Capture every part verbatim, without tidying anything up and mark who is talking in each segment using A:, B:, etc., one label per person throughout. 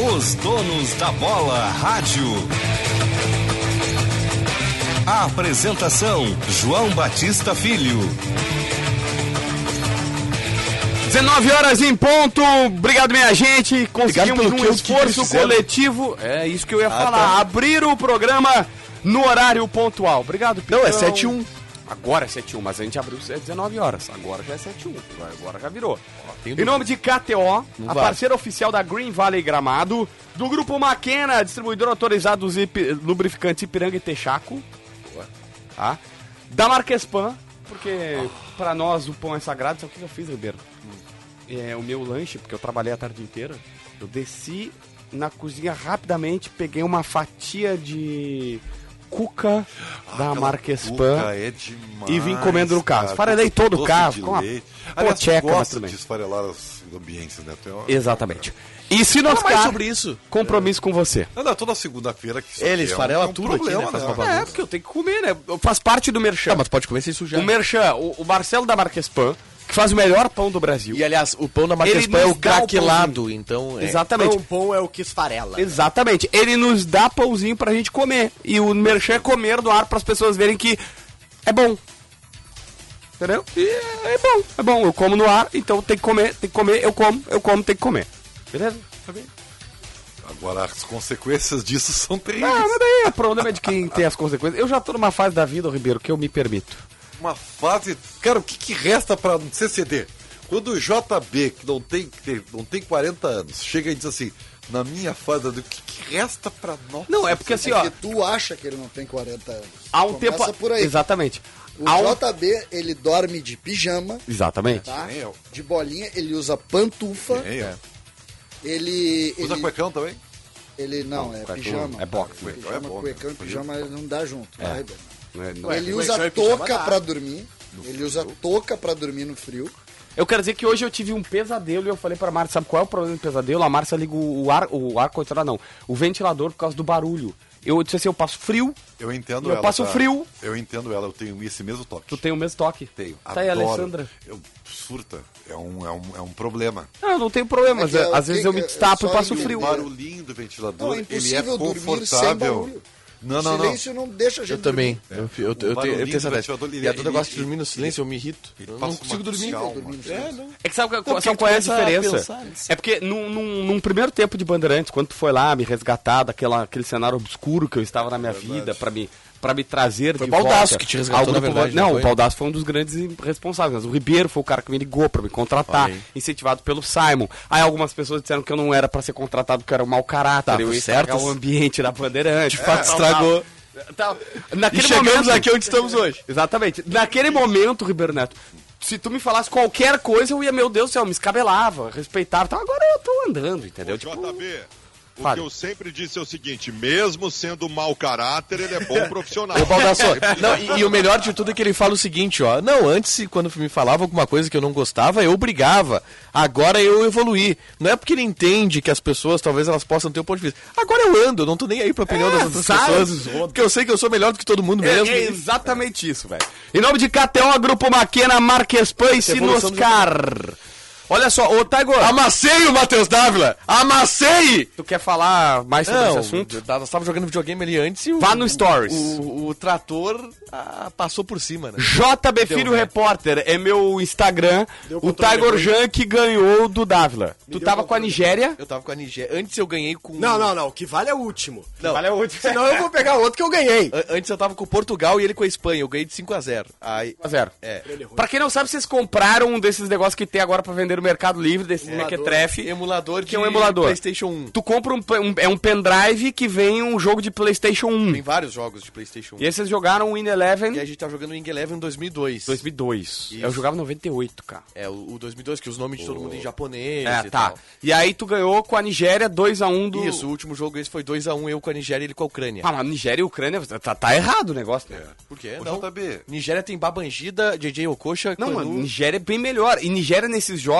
A: Os donos da bola rádio. A apresentação, João Batista Filho.
B: dezenove horas em ponto. Obrigado, minha gente. Conseguimos um esforço coletivo. É isso que eu ia ah, falar. Tá. Abrir o programa no horário pontual. Obrigado, Pitão.
C: Não, é sete e um.
B: Agora é sete e um, mas a gente abriu às dezenove horas. Agora já é sete e um. Agora já virou. Ó, em nome de K T O, Não a vai. parceira oficial da Green Valley Gramado, do Grupo Maquena, distribuidor autorizado dos Ip... lubrificantes Ipiranga e Texaco. Tá? Da Marquespan, porque oh. pra nós o pão é sagrado. Sabe o que eu fiz, Ribeiro? Hum. É, o meu lanche, porque eu trabalhei a tarde inteira, eu desci na cozinha rapidamente, peguei uma fatia de cuca ah, da Marquespan
C: é demais,
B: e vim comendo no carro. Esfarelei todo o carro com uma pocheca, mas
C: tudo bem. De esfarelar os ambientes, né? Uma...
B: Exatamente. E se nós
C: mais sobre isso,
B: compromisso é. com você.
C: Não, não, toda segunda-feira que
B: Ele esfarela é um, é um tudo problema, aqui, né? Faz é, porque eu tenho que comer, né? Faz parte do merchan. Ah,
C: mas pode comer sem sujar.
B: O merchan, o, o Marcelo da Marquespan, que faz o melhor pão do Brasil.
C: E, aliás, o pão da Marquespan é o craquelado, então...
B: É. Exatamente.
D: O pão é o que esfarela.
B: Exatamente. Ele nos dá pãozinho pra gente comer. E o merchan é comer no ar pras pessoas verem que é bom. Entendeu? E é, é bom, é bom. Eu como no ar, então tem que comer, tem que comer, eu como, eu como, tem que comer. Beleza? Tá bem?
C: Agora, as consequências disso são terríveis.
B: Ah, mas daí o problema é de quem tem as consequências. Eu já tô numa fase da vida, Ribeiro, que eu me permito.
C: Uma fase... Cara, o que, que resta pra C C D? Quando o J B, que não tem, não tem quarenta anos, chega e diz assim, na minha fase, o que, que resta pra nós?
B: Não, é porque assim,
D: é
B: ó...
D: que tu acha que ele não tem quarenta anos.
B: Há um
D: Começa
B: tempo...
D: por aí.
B: Exatamente.
D: O Há J B, um... ele dorme de pijama.
B: Exatamente.
D: Tá? De bolinha, ele usa pantufa.
C: É,
D: ele...
C: Usa
D: ele...
C: cuecão também?
D: Ele não, não é pijama.
B: É box.
D: Pijama,
C: é bom,
D: cuecão e pijama não dá junto.
B: É.
D: Vai,
B: não é, não
D: ele
B: é.
D: usa touca pra dormir. No ele frio. usa touca pra dormir no frio.
B: Eu quero dizer que hoje eu tive um pesadelo e eu falei pra Márcia, sabe qual é o problema do pesadelo? A Márcia liga o ar, o ar condicionado não, o ventilador por causa do barulho. Eu disse assim, eu passo frio.
C: Eu entendo
B: eu
C: ela.
B: Eu passo
C: tá?
B: frio.
C: Eu entendo ela, eu tenho esse mesmo toque.
B: Tu tem o mesmo toque?
C: Tenho.
B: Tá aí, Alessandra.
C: Eu surta. É um, é um, é um problema.
B: Não, eu não tenho problema, mas é, às vezes eu me destapo e passo frio.
C: O barulhinho do ventilador,
D: não, é
C: ele é confortável.
D: Não, não, não. Silêncio não deixa a gente
C: Eu também.
D: É.
C: Eu, eu, eu, eu, tenho, eu tenho essa ideia. E a Duda gosta de dormir no silêncio, eu me irrito. Eu não consigo dormir.
B: É, não. é que sabe, não, sabe qual é a diferença? É porque num, num, num primeiro tempo de Bandeirantes, quando tu foi lá me resgatar daquela, aquele cenário obscuro que eu estava na minha é vida, pra me... para me trazer
C: foi
B: de
C: volta. Foi o Baldasso
B: que
C: te resgatou, na verdade.
B: Não,
C: não
B: o Baldasso foi um dos grandes responsáveis. Mas o Ribeiro foi o cara que me ligou para me contratar, aí. incentivado pelo Simon. Aí algumas pessoas disseram que eu não era para ser contratado porque eu era um mau caráter. Tá, eu ia estragar o ambiente da Bandeirante.
C: De fato, é, estragou.
B: Tal, tal. Naquele
C: e chegamos
B: momento,
C: aqui onde estamos hoje.
B: Exatamente. Naquele momento, Ribeiro Neto, se tu me falasse qualquer coisa, eu ia, meu Deus do céu, me escabelava, respeitava. Então agora eu tô andando, entendeu?
E: Ô,
B: tipo,
E: J B, o
B: Fale.
E: que eu sempre disse é o seguinte, mesmo sendo mau caráter, ele é bom profissional.
C: O Baldasso, não, e, e o melhor de tudo é que ele fala o seguinte, ó, não, antes, quando me falava alguma coisa que eu não gostava, eu brigava, agora eu evoluí. Não é porque ele entende que as pessoas, talvez elas possam ter um ponto de vista. Agora eu ando, eu não tô nem aí pra opinião
B: é,
C: das outras pessoas, porque eu sei que eu sou melhor do que todo mundo mesmo.
B: É, é exatamente isso, velho. Em nome de K T O, Grupo Maquena, Marquespan e Sinoscar. Olha só, ô Taigor.
C: Amassei o Matheus Dávila! Amassei!
B: Tu quer falar mais sobre
C: não,
B: esse assunto?
C: Nós estávamos jogando videogame ali antes e o...
B: Vá no Stories.
C: O, o, o trator ah, passou por cima, né?
B: J B Filho Deu, Repórter é meu Instagram. O Taigor Jan que ganhou do Dávila. Tu tava com a Nigéria?
C: Eu tava com a Nigéria. Antes eu ganhei com...
D: Não, não, não. O que vale é o último.
C: Não.
B: Vale é o último.
D: Senão eu vou pegar outro que eu ganhei.
C: Antes eu tava com o Portugal e ele com a Espanha. Eu ganhei de cinco a zero. Aí...
B: cinco a zero.
C: É.
B: Pra quem não sabe, vocês compraram um desses negócios que tem agora pra vender no Mercado Livre, desse Mequetrefe.
C: Emulador
B: que é um emulador.
C: PlayStation um.
B: Tu compra um, um, é um pendrive que vem um jogo de PlayStation um.
C: Tem vários jogos de PlayStation um.
B: E aí vocês jogaram o Win Eleven.
C: E a gente tá jogando o Wing Eleven em dois mil e dois.
B: dois mil e dois. Isso. Eu jogava em noventa e oito, cara.
C: É, o, o dois mil e dois, que os nomes de todo mundo em japonês
B: é,
C: e
B: tá.
C: tal.
B: E aí tu ganhou com a Nigéria dois a um do...
C: Isso, o último jogo esse foi dois a um, eu com a Nigéria e ele com a Ucrânia.
B: Ah, mas Nigéria e Ucrânia, tá, tá errado o negócio, né?
C: É. Por quê?
B: O
C: não.
B: J B.
C: Nigéria tem Babangida, J J Okocha...
B: Não,
C: Canu...
B: mano, Nigéria é bem melhor. E Nigéria nesses jogos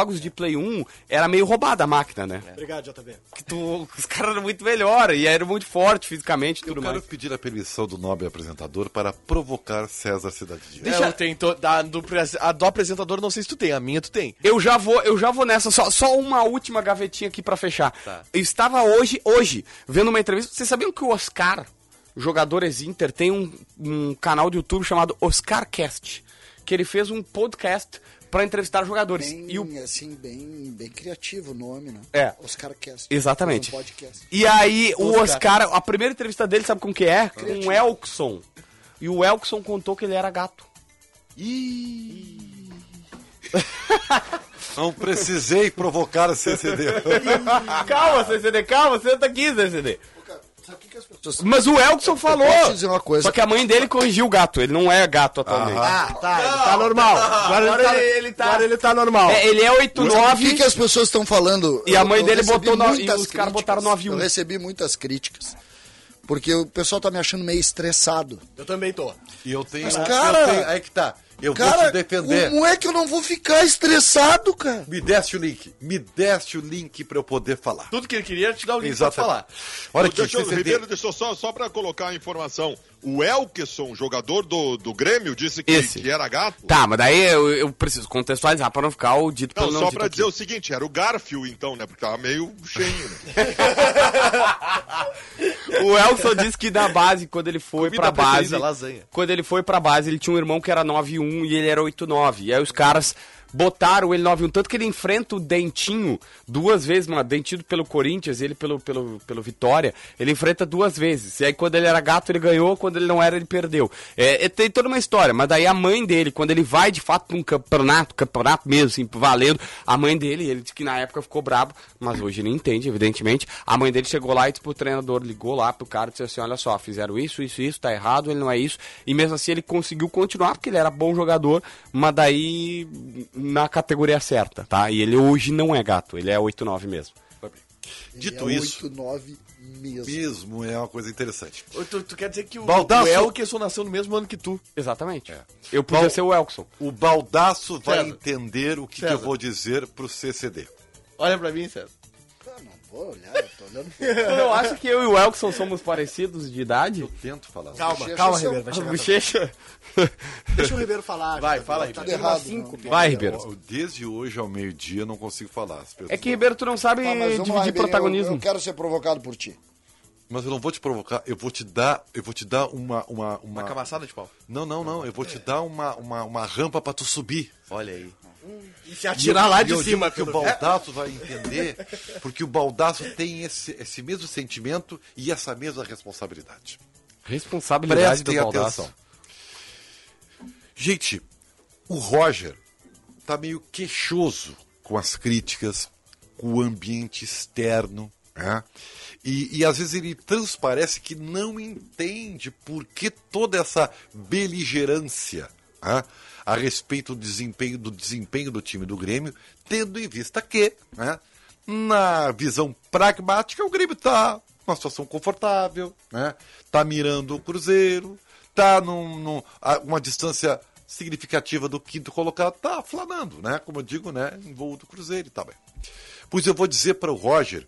B: jogos de Play um era meio roubada a máquina, né?
F: É. Obrigado, J B.
B: Que tu, os caras eram muito melhores e eram muito fortes fisicamente e
G: Eu
B: tudo
G: quero
B: mais.
G: pedir a permissão do nobre apresentador para provocar César Cidade Dias.
C: Deixa... Eu tenho to... da, do, a do apresentador, não sei se tu tem, a minha tu tem.
B: Eu já vou, eu já vou nessa, só, só uma última gavetinha aqui pra fechar.
C: Tá.
B: Eu estava hoje, hoje, vendo uma entrevista, vocês sabiam que o Oscar, jogador ex-Inter, tem um, um canal de YouTube chamado OscarCast, que ele fez um podcast pra entrevistar jogadores.
D: Bem,
B: e o...
D: assim, bem, bem criativo o nome, né?
B: É.
D: OscarCast.
B: Exatamente.
D: Um podcast.
B: E aí, o
C: Oscar.
B: Oscar, a primeira entrevista dele, sabe com que é? Com o Elkson. E o Elkson contou que ele era gato.
G: Ih. Não precisei provocar a C C D.
B: Calma, C C D, calma, senta aqui, C C D.
D: Sabe o que, que as pessoas...
B: Mas o Elkson falou.
D: Posso dizer uma coisa?
B: Só que a mãe dele corrigiu o gato, ele não é gato atualmente.
F: Ah, tá, ele tá normal. Agora, ele, tá,
B: ele tá-
F: agora ele tá normal.
B: É, ele é oito
D: O
B: nove.
D: que, que as pessoas estão falando?
B: E a mãe
D: Eu- eu
B: dele
D: recebi
B: botou no- e
D: muitas
B: os caras
D: críticas.
B: botaram nove um.
D: Eu recebi muitas críticas. Porque o pessoal tá me achando meio estressado.
F: Eu também tô.
G: E eu tenho.
D: Mas,
G: eu
D: cara-
G: tenho- aí que tá. Eu vou
D: Cara,
G: te defender.
D: como é que eu não vou ficar estressado, cara?
G: Me deste o link. Me deste o link pra eu poder falar.
C: Tudo que ele queria era te dar o link
G: Exato.
C: pra falar.
G: Olha
E: Ô,
G: aqui,
E: deixa eu,
G: C C D.
E: Ribeiro, deixa eu só, só pra colocar a informação. O Elkeson, jogador do, do Grêmio, disse que,
B: Esse.
E: que era gato.
B: Tá, mas daí eu, eu preciso contextualizar pra não ficar o dito
E: Não,
B: pelo
E: só
B: dito
E: pra
B: aqui.
E: dizer o seguinte, era o Garfield então, né? Porque tava meio cheinho, né?
B: O Elkson disse que da base, quando ele foi
C: Comida
B: pra base.
C: preferida, lasanha.
B: Quando ele foi pra base, ele tinha um irmão que era nove um e ele era oito nove. E aí os caras botaram ele nove um. Tanto que ele enfrenta o Dentinho duas vezes, mano. Dentinho pelo Corinthians, ele pelo, pelo, pelo Vitória. Ele enfrenta duas vezes. E aí quando ele era gato, ele ganhou. Quando ele não era, ele perdeu. É, é, tem toda uma história. Mas daí a mãe dele, quando ele vai de fato pra um campeonato, campeonato mesmo, assim, valendo, a mãe dele, ele disse que na época ficou brabo, mas hoje ele entende, evidentemente. A mãe dele chegou lá e disse pro treinador, ligou lá pro cara e disse assim, olha só, fizeram isso, isso, isso, tá errado, ele não é isso. E mesmo assim ele conseguiu continuar, porque ele era bom jogador, mas daí na categoria certa, tá? E ele hoje não é gato, ele é oito nove mesmo.
G: Dito
D: é
G: isso,
D: oito nove mesmo.
G: mesmo é uma coisa interessante.
C: Tu, tu quer dizer que o,
G: Baldasso-
C: o Elkeson nasceu no mesmo ano que tu.
B: Exatamente. Eu podia
G: Bal-
B: ser o Elkson.
G: O Baldaço vai
C: César.
G: entender o que, que eu
C: César.
G: vou dizer pro C C D.
C: Olha pra mim, César.
D: Ah, não vou olhar, eu tô olhando.
B: Tu não acha que eu e o Elkson somos parecidos de idade?
G: Eu tento falar.
F: Calma,
D: Bochecha
F: calma,
D: seu-
F: Ribeiro. Vai chegar.
B: Bochecha.
F: Deixa o Ribeiro falar.
C: Vai,
F: Ribeiro.
C: fala aí,
F: Tá
C: Ribeiro.
F: dando uma
D: Errado,
F: síncope.
B: Vai, Ribeiro.
G: Ó, Desde hoje ao meio-dia eu não consigo falar. As pessoas
B: É que,
G: não-
B: Ribeiro, tu não sabe
D: Ah, mas vamos lá,
B: dividir
D: Ribeiro,
B: protagonismo.
D: Eu, eu quero ser provocado por ti.
G: Mas eu não vou te provocar, eu vou te dar, eu vou te dar uma uma uma,
C: Uma camaçada de pau.
G: Não, não, não, eu vou te dar uma uma, uma rampa pra tu subir.
C: Olha aí.
F: E se atirar lá
G: E
F: de
G: eu
F: cima.
G: digo que o
F: pelo-
G: Baldasso vai entender, porque o Baldasso tem esse, esse mesmo sentimento e essa mesma responsabilidade.
B: Responsabilidade do
G: Prestem
B: Baldasso.
G: atenção. Gente, o Roger tá meio queixoso com as críticas, com o ambiente externo, né? E, e às vezes ele transparece que não entende por que toda essa beligerância, né, a respeito do desempenho, do desempenho do time do Grêmio, tendo em vista que, né, na visão pragmática, o Grêmio está numa situação confortável, né, tá mirando o Cruzeiro, tá num, num, a uma distância significativa do quinto colocado, tá flanando, né, como eu digo, né, em voo do Cruzeiro e tal. Bem. Pois eu vou dizer para o Roger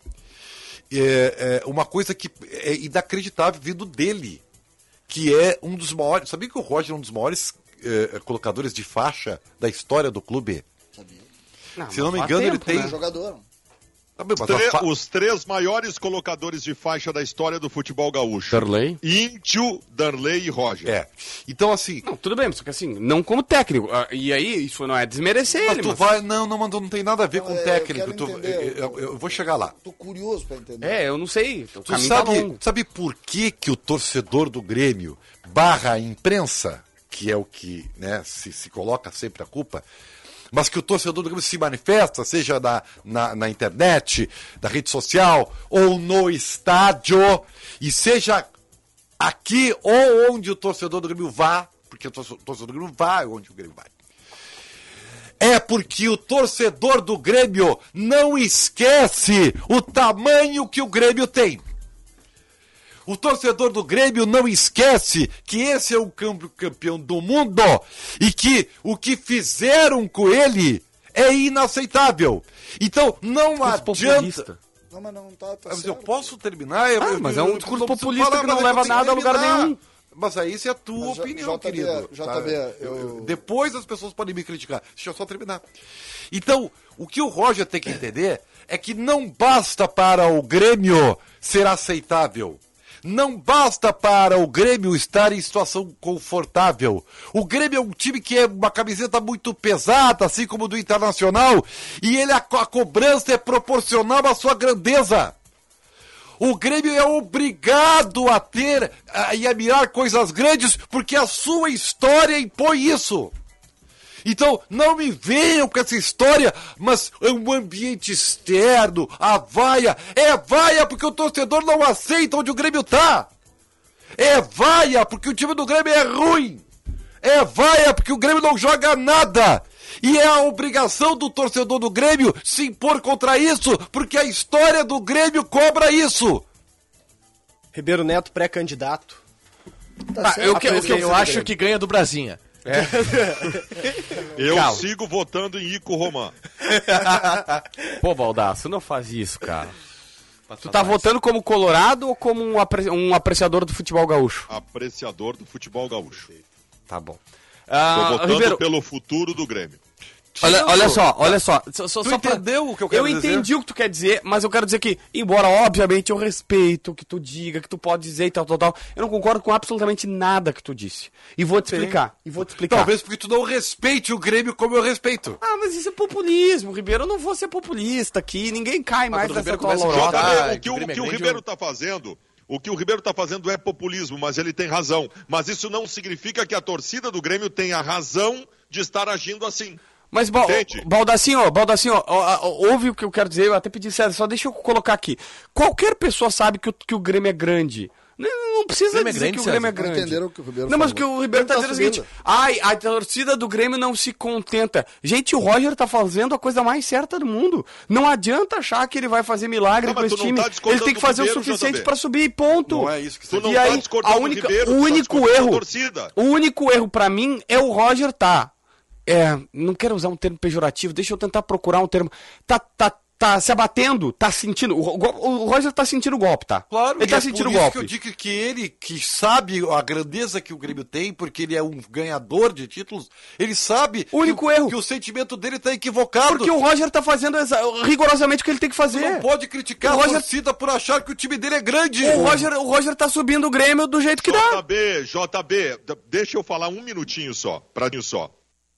G: é, é, uma coisa que é inacreditável vindo dele, que é um dos maiores... Sabia que o Roger é um dos maiores é, colocadores de faixa da história do clube?
D: Sabia?
B: Não,
G: Se não
B: mas
G: me
B: faz
G: engano, ele
B: tempo,
G: tem...
B: né?
D: Jogador.
G: Tá bem, mas
E: Tre-
G: a fa-
E: Os três maiores colocadores de faixa da história do futebol gaúcho.
B: Darley?
E: Íntio, Darley e Roger.
G: É. Então, assim...
B: Não, tudo bem, só que assim, não como técnico. Ah, E aí, isso não é desmerecer
G: Mas
B: ele,
G: tu
B: mas...
G: vai... Não, não, mas não tem nada a ver
D: Não,
G: com
D: é, eu
G: técnico.
D: quero
G: tu-
D: entender.
G: eu, eu- eu vou chegar lá.
D: Tô curioso pra entender.
B: É, eu não sei, o
G: Tu
B: caminho tá
G: sabe,
B: longo.
G: sabe por que, que o torcedor do Grêmio barra a imprensa, que é o que, né, se, se coloca sempre a culpa, mas que o torcedor do Grêmio se manifesta, seja na, na, na internet, na rede social ou no estádio, e seja aqui ou onde o torcedor do Grêmio vá, porque o torce- torcedor do Grêmio vai onde o Grêmio vai. É porque o torcedor do Grêmio não esquece o tamanho que o Grêmio tem. O torcedor do Grêmio não esquece que esse é o campo- campeão do mundo e que o que fizeram com ele é inaceitável. Então, não
B: Discurso
G: adianta...
B: populista.
D: Não, mas não tá, tá
G: Mas
D: certo.
G: eu posso terminar? Eu,
B: Ah,
G: eu-
B: mas
G: eu-
B: é um
G: eu
B: discurso
G: não preciso
B: populista que não
G: mas
B: leva
G: eu tenho
B: nada a
G: que
B: lugar
G: terminar.
B: nenhum.
G: Mas aí isso é a tua
D: Mas, J-
G: opinião,
D: JB,
G: querido.
D: J B, eu-
G: Depois as pessoas podem me criticar. Deixa eu só terminar. Então, o que o Roger tem que entender é que não basta para o Grêmio ser aceitável. Não basta para o Grêmio estar em situação confortável. O Grêmio é um time que é uma camiseta muito pesada, assim como o do Internacional, e ele a, a cobrança é proporcional à sua grandeza. O Grêmio é obrigado a ter a, e a mirar coisas grandes porque a sua história impõe isso. Então, não me venham com essa história, mas é um ambiente externo, a vaia. É vaia porque o torcedor não aceita onde o Grêmio tá. É vaia porque o time do Grêmio é ruim. É vaia porque o Grêmio não joga nada. E é a obrigação do torcedor do Grêmio se impor contra isso, porque a história do Grêmio cobra isso.
F: Ribeiro Neto, pré-candidato.
C: Tá, eu, que- o que eu
F: Grêmio.
C: acho que ganha do Brasinha.
E: Eu
B: Calma.
E: sigo votando em Ico Roman.
B: Pô, Baldasso, não faz isso, cara. Tu tá votando como colorado ou como um, apre- um apreciador do futebol gaúcho?
E: Apreciador do futebol gaúcho.
B: Tá bom.
E: Tô
B: Ah,
E: votando
B: Ribeiro,
E: pelo futuro do Grêmio.
B: olha, olha só, olha só. só, só
G: Tu
B: só pra-
G: entendeu o que eu quero
B: Eu
G: dizer?
B: entendi o que tu quer dizer, mas eu quero dizer que, embora, obviamente, eu respeito o que tu diga, que tu pode dizer e tal, tal, tal, eu não concordo com absolutamente nada que tu disse. E vou te explicar. E vou te explicar.
G: Talvez porque tu não respeite o Grêmio como eu respeito.
B: Ah, mas isso é populismo, Ribeiro. Eu não vou ser populista aqui. Ninguém cai mais
C: quando o
B: nessa
C: Ribeiro
B: tua
C: começa a
B: lorota.
C: jogar,
E: J B,
C: Ah,
E: o que,
C: o
E: o,
C: Grêmio é
E: que o
C: grande,
E: Ribeiro
C: eu-
E: tá fazendo, o que o Ribeiro tá fazendo é populismo, mas ele tem razão. Mas isso não significa que a torcida do Grêmio tenha razão de estar agindo assim.
B: Mas, Bal
E: Entende?
B: Baldacinho, Baldacinho, ó, ó, ó, ouve o que eu quero dizer, eu até pedi César, só deixa eu colocar aqui. Qualquer pessoa sabe que o, que o Grêmio é grande. Não, não precisa
C: Grêmio é
B: dizer
C: grande,
B: que o Grêmio é
C: César?
D: Não
B: grande.
D: entenderam o que o Ribeiro
B: Não, mas o
D: falou.
B: que o Ribeiro tá
D: Tá
B: dizendo é o seguinte,
D: subindo.
B: ai, a torcida do Grêmio não se contenta. Gente, o Roger tá fazendo a coisa mais certa do mundo. Não adianta achar que ele vai fazer milagre
E: Não,
B: com
E: mas
B: esse
E: tu não
B: time.
E: tá discordando
B: ele tem que
E: do
B: fazer o
E: Ribeiro,
B: suficiente
E: J B.
B: pra subir, ponto.
G: Não é isso que
E: Tu
G: você
E: não
B: E
E: tá
B: aí,
E: discordando
B: a
E: do
B: única,
E: Ribeiro,
B: o
E: tu tá
B: único
E: discordando da
B: erro,
E: torcida.
B: o único erro pra mim é o Roger tá, é, não quero usar um termo pejorativo, deixa eu tentar procurar um termo, tá, tá, tá se abatendo, tá sentindo, o, o, o Roger tá sentindo o golpe, tá?
G: Claro,
B: ele
G: e
B: tá
G: é
B: sentindo o
G: por isso
B: golpe.
G: que eu digo que ele, que sabe a grandeza que o Grêmio tem, porque ele é um ganhador de títulos, ele sabe
B: O único
G: que,
B: erro.
G: que o sentimento dele tá equivocado.
B: Porque o Roger tá fazendo exa- rigorosamente o que ele tem que
G: Tu
B: fazer.
G: não pode criticar
B: O
G: a
B: Roger-
G: torcida por achar que o time dele é grande.
B: O Roger, o Roger tá subindo o Grêmio do jeito que dá.
E: J B, J B, d- deixa eu falar um minutinho só, pra mim só.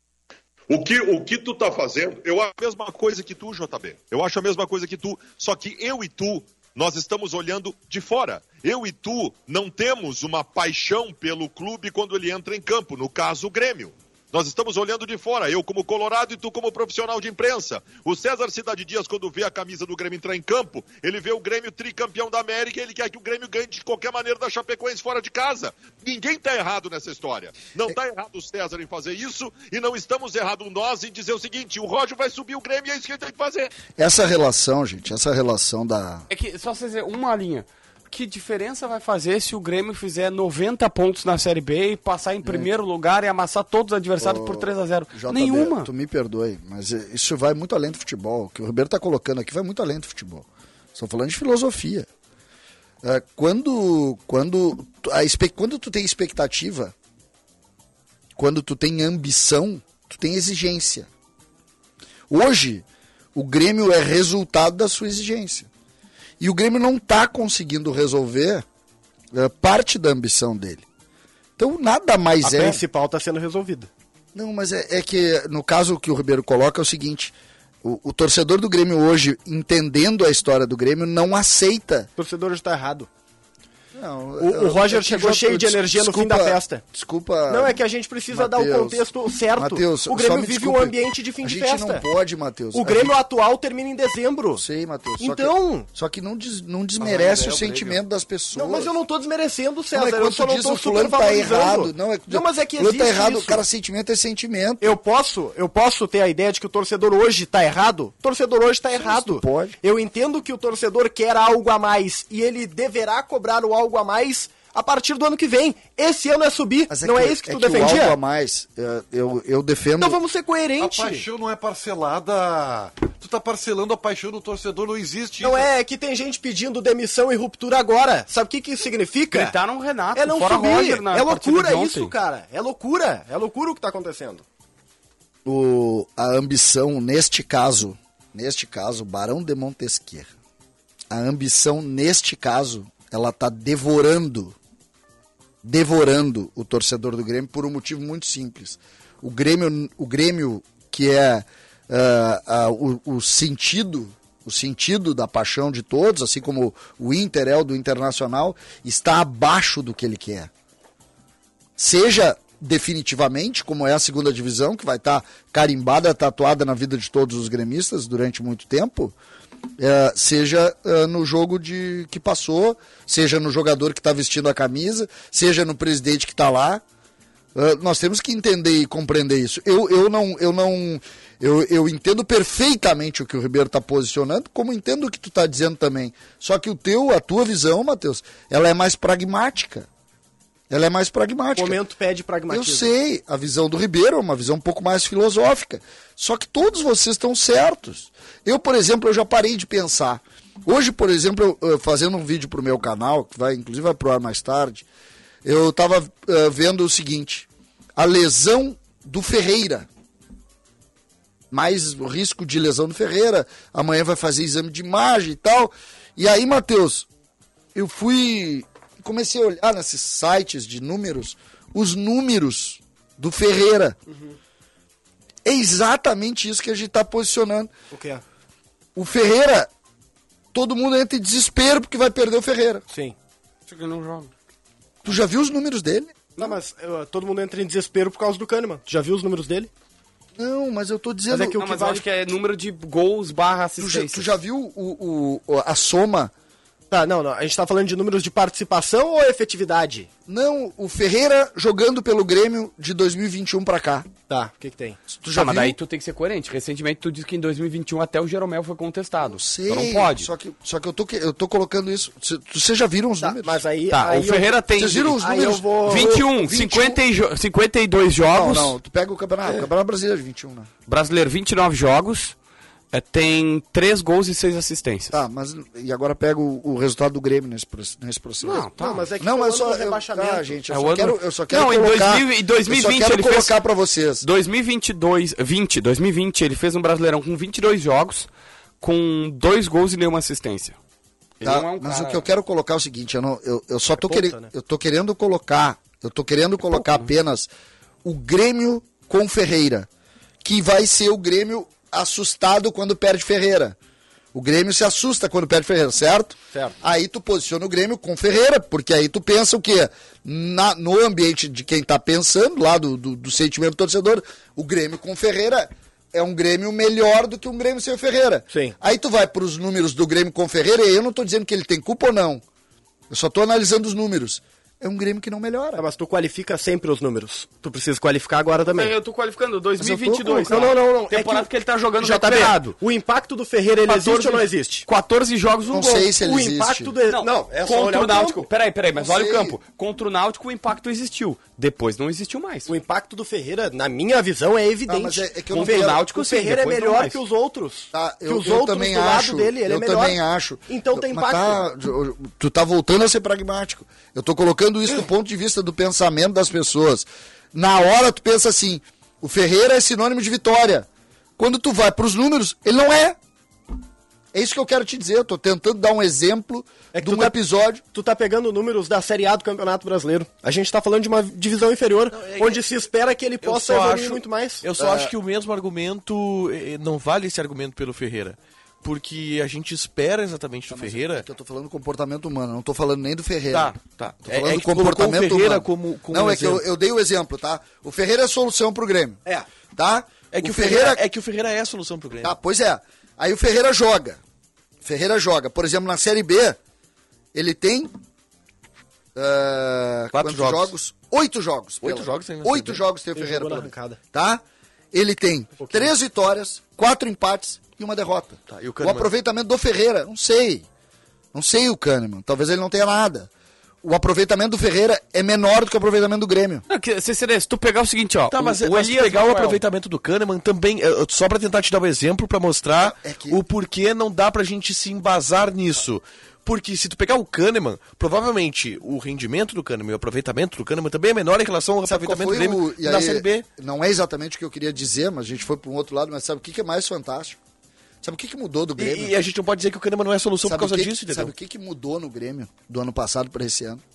E: O que, o que tu tá fazendo, eu acho a mesma coisa que tu, J B. Eu acho a mesma coisa que tu, só que eu e tu, nós estamos olhando de fora. Eu e tu não temos uma paixão pelo clube quando ele entra em campo, no caso o Grêmio. Nós estamos olhando de fora, eu como colorado e tu como profissional de imprensa. O César Cidade Dias, quando vê a camisa do Grêmio entrar em campo, ele vê o Grêmio tricampeão da América e ele quer que o Grêmio ganhe de qualquer maneira da Chapecoense fora de casa. Ninguém está errado nessa história. Não está errado o César em fazer isso e não estamos errados nós em dizer o seguinte, o Roger vai subir o Grêmio e é isso que ele tem que fazer.
D: Essa relação, gente, essa relação da...
B: É que, só você dizer uma linha. Que diferença vai fazer se o Grêmio fizer noventa pontos na Série B e passar em primeiro lugar e amassar todos os adversários por três a zero?
D: J B,
B: Nenhuma.
D: Tu me perdoe, mas eh, isso vai muito além do futebol. O que o Ribeiro tá colocando aqui vai muito além do futebol. Estou falando de filosofia. Eh, quando, quando, tu- a espe- quando tu tem expectativa, quando tu tem ambição, tu tem exigência. Hoje, o Grêmio é resultado da sua exigência. E o Grêmio não está conseguindo resolver eh, parte da ambição dele. Então, nada mais
F: A
D: é...
F: principal está sendo resolvida.
D: Não, mas é, é que no caso que o Ribeiro coloca é o seguinte, o, o torcedor do Grêmio hoje, entendendo a história do Grêmio, não aceita.
F: O torcedor está errado.
D: Não,
F: O- o Roger chegou cheio de energia no fim da festa.
D: Desculpa.
F: Não, é que a gente precisa dar o
D: Mateus,
F: contexto certo.
D: Mateus,
F: o
D: só
F: Grêmio
D: me
F: vive
D: desculpe.
F: um ambiente de fim
D: A
F: de
D: gente
F: festa.
D: não pode, Matheus.
F: O
D: A
F: Grêmio
D: gente-
F: atual termina em dezembro.
D: Sei, Matheus.
F: Então-
D: Só que, só que não, des- não desmerece
G: é
D: o
G: o
D: sentimento
G: Grêmio.
D: das pessoas.
F: Não, mas eu não tô desmerecendo, César.
D: Não, é
F: eu
D: quando
F: só
D: tu
F: não
D: diz
F: tô
D: o fulano tá
F: supervalorizando.
D: errado. Não, é,
F: Não, mas é que
D: fulano tá
F: existe
D: errado.
F: isso.
D: Cara, sentimento é sentimento.
F: Eu posso, eu posso ter a ideia de que o torcedor hoje tá errado? O torcedor hoje tá errado.
D: tu pode.
F: Eu entendo que o torcedor quer algo a mais e ele deverá cobrar o algo a mais a partir do ano que vem. Esse ano é subir,
D: Mas é
F: não
D: que,
F: é isso que
D: é
F: tu
D: que
F: defendia?
D: o algo a mais, é, eu, eu defendo...
F: Então vamos ser
G: A
F: coerentes.
G: paixão não é parcelada. Tu tá parcelando a paixão do torcedor, não existe
F: Não
G: isso.
F: é, é que tem gente pedindo demissão e ruptura agora. Sabe o que que isso significa?
B: Gritaram o Renato,
F: É não
B: fora
F: subir.
B: Roger na
F: É
B: partida
F: loucura
B: de ontem.
F: isso, cara. É loucura. É loucura o que tá acontecendo.
D: o, a ambição, neste caso, neste caso, Barão de Montesquieu, a ambição, neste caso, ela tá devorando, devorando o torcedor do Grêmio por um motivo muito simples. O Grêmio, o Grêmio que é uh, uh, o, o sentido, o sentido da paixão de todos, assim como o Inter é o do Internacional, está abaixo do que ele quer. Seja definitivamente, como é a segunda divisão, que vai estar carimbada, tatuada na vida de todos os gremistas durante muito tempo, é, seja é, no jogo de, que passou, seja no jogador que está vestindo a camisa, seja no presidente que está lá. É, nós temos que entender e compreender isso. Eu, eu não... Eu não eu, eu entendo perfeitamente o que o Ribeiro está posicionando, como entendo o que tu está dizendo também. Só que o teu, a tua visão, Matheus, ela é mais pragmática. Ela é mais pragmática.
F: O momento pede pragmatismo.
D: Eu sei, a visão do Ribeiro é uma visão um pouco mais filosófica. Só que todos vocês estão certos. Eu, por exemplo, eu já parei de pensar. Hoje, por exemplo, eu, fazendo um vídeo para o meu canal, que vai, inclusive vai pro ar mais tarde, eu estava uh, vendo o seguinte: a lesão do Ferreira. Mais o risco de lesão do Ferreira. Amanhã vai fazer exame de imagem e tal. E aí, Matheus, eu fui... comecei a olhar nesses sites de números, os números do Ferreira. Uhum. É exatamente isso que a gente está posicionando.
F: O que é?
D: O Ferreira, todo mundo entra em desespero porque vai perder o Ferreira.
F: Sim.
B: Porque não joga.
D: Tu já viu os números dele?
F: Não, mas uh, todo mundo entra em desespero por causa do Kahneman. Tu já viu os números dele?
D: Não, mas eu tô dizendo...
F: Mas é que o
B: Não,
F: que
B: mas
F: vale...
B: eu acho que é número de gols barra
D: tu, já,
B: assistência.
D: tu já viu o, o, a soma...
F: Tá, não, não. A gente tá falando de números de participação ou efetividade?
D: Não, o Ferreira jogando pelo Grêmio de dois mil e vinte e um pra cá.
F: Tá, o que que tem?
D: Tu já
B: Tá, mas
D: viu?
B: daí tu tem que ser coerente. Recentemente tu disse que em dois mil e vinte e um até o Jeromel foi contestado.
D: Sei,
B: Então não pode.
D: Só que, só que eu, tô, que- eu tô colocando isso... Cê- Vocês já viram os
F: Tá,
D: números?
F: mas aí...
B: Tá,
F: aí
B: o Ferreira
F: eu...
B: tem
D: Vocês viram os
F: Aí
D: números?
F: eu vou...
B: vinte e um,
D: vinte e um.
B: cinquenta e jo- cinquenta e dois
D: Não,
B: jogos.
D: não, tu pega o campeonato, o campeonato brasileiro de vinte e um, né?
B: Brasileiro, vinte e nove jogos. é, tem três gols e seis assistências.
D: Tá, mas e agora pega o, o resultado do Grêmio nesse, proce- nesse processo.
B: Não, tá.
F: Não, mas é que
D: Não,
F: foi
D: mas
F: o ano
D: só
F: do
D: eu,
F: rebaixamento.
D: tá, gente, eu
B: É o
D: só
B: ano-
D: quero, eu só quero
B: Não, em
D: colocar,
B: dois mil e- em dois mil e vinte
D: eu só quero
B: ele
D: colocar
B: fez-
D: pra vocês.
B: dois mil e vinte e dois, vinte, dois mil e vinte, ele fez um Brasileirão com vinte e dois jogos, com dois gols e nenhuma assistência. Ele
D: Tá,
B: não é um
D: mas
B: cara-
D: o que eu quero colocar é o seguinte, eu, não, eu, eu só tô,
F: ponta,
D: querendo,
F: né?
D: eu tô querendo colocar, eu tô querendo colocar apenas o Grêmio com Ferreira, que vai ser o Grêmio assustado quando perde Ferreira. O Grêmio se assusta quando perde Ferreira, certo?
F: Certo.
D: Aí tu posiciona o Grêmio com Ferreira, porque aí tu pensa o quê? Na, no ambiente de quem tá pensando, lá do, do, do sentimento do torcedor, o Grêmio com Ferreira é um Grêmio melhor do que um Grêmio sem o Ferreira.
F: Sim.
D: Aí tu vai pros números do Grêmio com Ferreira, e eu não tô dizendo que ele tem culpa ou não. Eu só tô analisando os números. É um Grêmio que não melhora.
F: Tá, mas tu qualifica sempre os números. Tu precisa qualificar agora também.
B: Eu tô qualificando, dois mil e
D: Mas eu
B: vinte e dois.
D: tô
F: Não, não, não, não.
B: Temporada
F: É que
B: que, ele tá jogando
F: Já tá
B: recuperado.
F: O impacto do Ferreira, ele existe ou não existe?
B: quatorze jogos, um
D: Não
B: gol.
D: sei se ele
F: o
D: existe.
F: impacto do...
B: Não,
F: Não, é só olhar
B: contra
F: o
B: o Náutico.
F: campo.
B: Peraí, peraí, mas
D: Não
B: olha
D: sei.
B: o campo. Contra o Náutico o impacto existiu. Depois não existiu mais.
F: O impacto do Ferreira, na minha visão, é evidente.
D: Ah, mas é- é que eu
F: o
D: não
F: Ferreira,
B: quero- Náutico,
F: o
B: sim,
F: Ferreira é
B: depois não
F: melhor
B: mais.
F: que os outros.
D: Tá,
F: que
D: eu,
F: os
D: eu
F: outros
D: também
F: do
D: acho.
F: lado dele, ele
D: eu
F: é melhor.
D: também acho.
F: Então tem
D: Mas
F: impacto.
D: tá, tu tá voltando a ser pragmático. Eu tô colocando isso do ponto de vista do pensamento das pessoas. Na hora tu pensa assim, o Ferreira é sinônimo de vitória. Quando tu vai pros números, ele não é. É isso que eu quero te dizer. Eu tô tentando dar um exemplo
F: É que
D: de
F: tu
D: um
F: tá-
D: episódio.
F: Tu tá pegando números da Série A do Campeonato Brasileiro. A gente tá falando de uma divisão inferior,
C: é-
F: onde se espera que ele
C: Eu
F: possa
C: só
F: evoluir
C: acho-
F: muito mais.
C: Eu só acho que o mesmo argumento eh, não vale esse argumento pelo Ferreira. Porque a gente espera exatamente do Ferreira.
D: Que eu tô falando do comportamento humano, não tô falando nem do Ferreira.
C: Tá, tá.
D: Tô
C: É-
D: falando
C: é
D: do
C: que tu colocou o
D: comportamento
C: Ferreira
D: humano.
C: como- como
D: não,
C: um
D: é que eu,
C: exemplo.
D: eu dei o exemplo, tá? O Ferreira é a solução pro Grêmio.
F: É.
D: Tá?
C: É que o, Ferreira, é que o Ferreira é a solução pro Grêmio.
D: Tá, pois é. Aí o Ferreira joga. Ferreira joga. Por exemplo, na Série B, ele tem... ah,
C: Quatro
D: quantos
C: jogos.
D: Oito jogos.
C: Oito
D: pela-
C: jogos tem na
D: Oito
C: Série B.
D: jogos tem o
F: Ele
D: Ferreira.
F: jogou na
D: pela-
F: arrancada.
D: Tá? Ele tem três vitórias, quatro empates e uma derrota.
C: Tá, e o
D: o
C: Kahneman?
D: aproveitamento do Ferreira, não sei. Não sei o Kahneman. Talvez ele não tenha nada. o aproveitamento do Ferreira é menor do que o aproveitamento do Grêmio.
B: Não, que, se, se tu pegar o seguinte, ó.
C: Tá, mas,
B: o,
C: mas
B: o Elias
C: pegar
B: Rafael.
C: o aproveitamento do Kahneman também, eh, só pra tentar te dar um exemplo, pra mostrar
D: É que-
C: o porquê não dá pra gente se embasar nisso. Porque se tu pegar o Kahneman, provavelmente o rendimento do Kahneman e o aproveitamento do Kahneman também é menor em relação ao
D: Sabe qual
C: aproveitamento do
D: foi
C: Grêmio
D: o- e
C: na
D: aí,
C: Série B.
D: Não é exatamente o que eu queria dizer, mas a gente foi para um outro lado, mas sabe o que, que é mais fantástico? Sabe o que, que mudou do Grêmio?
C: E, e a gente não pode dizer que o Kahneman não é solução
D: sabe
C: por causa
D: o que,
C: disso, entendeu?
D: Sabe o que, que mudou no Grêmio do ano passado para esse ano?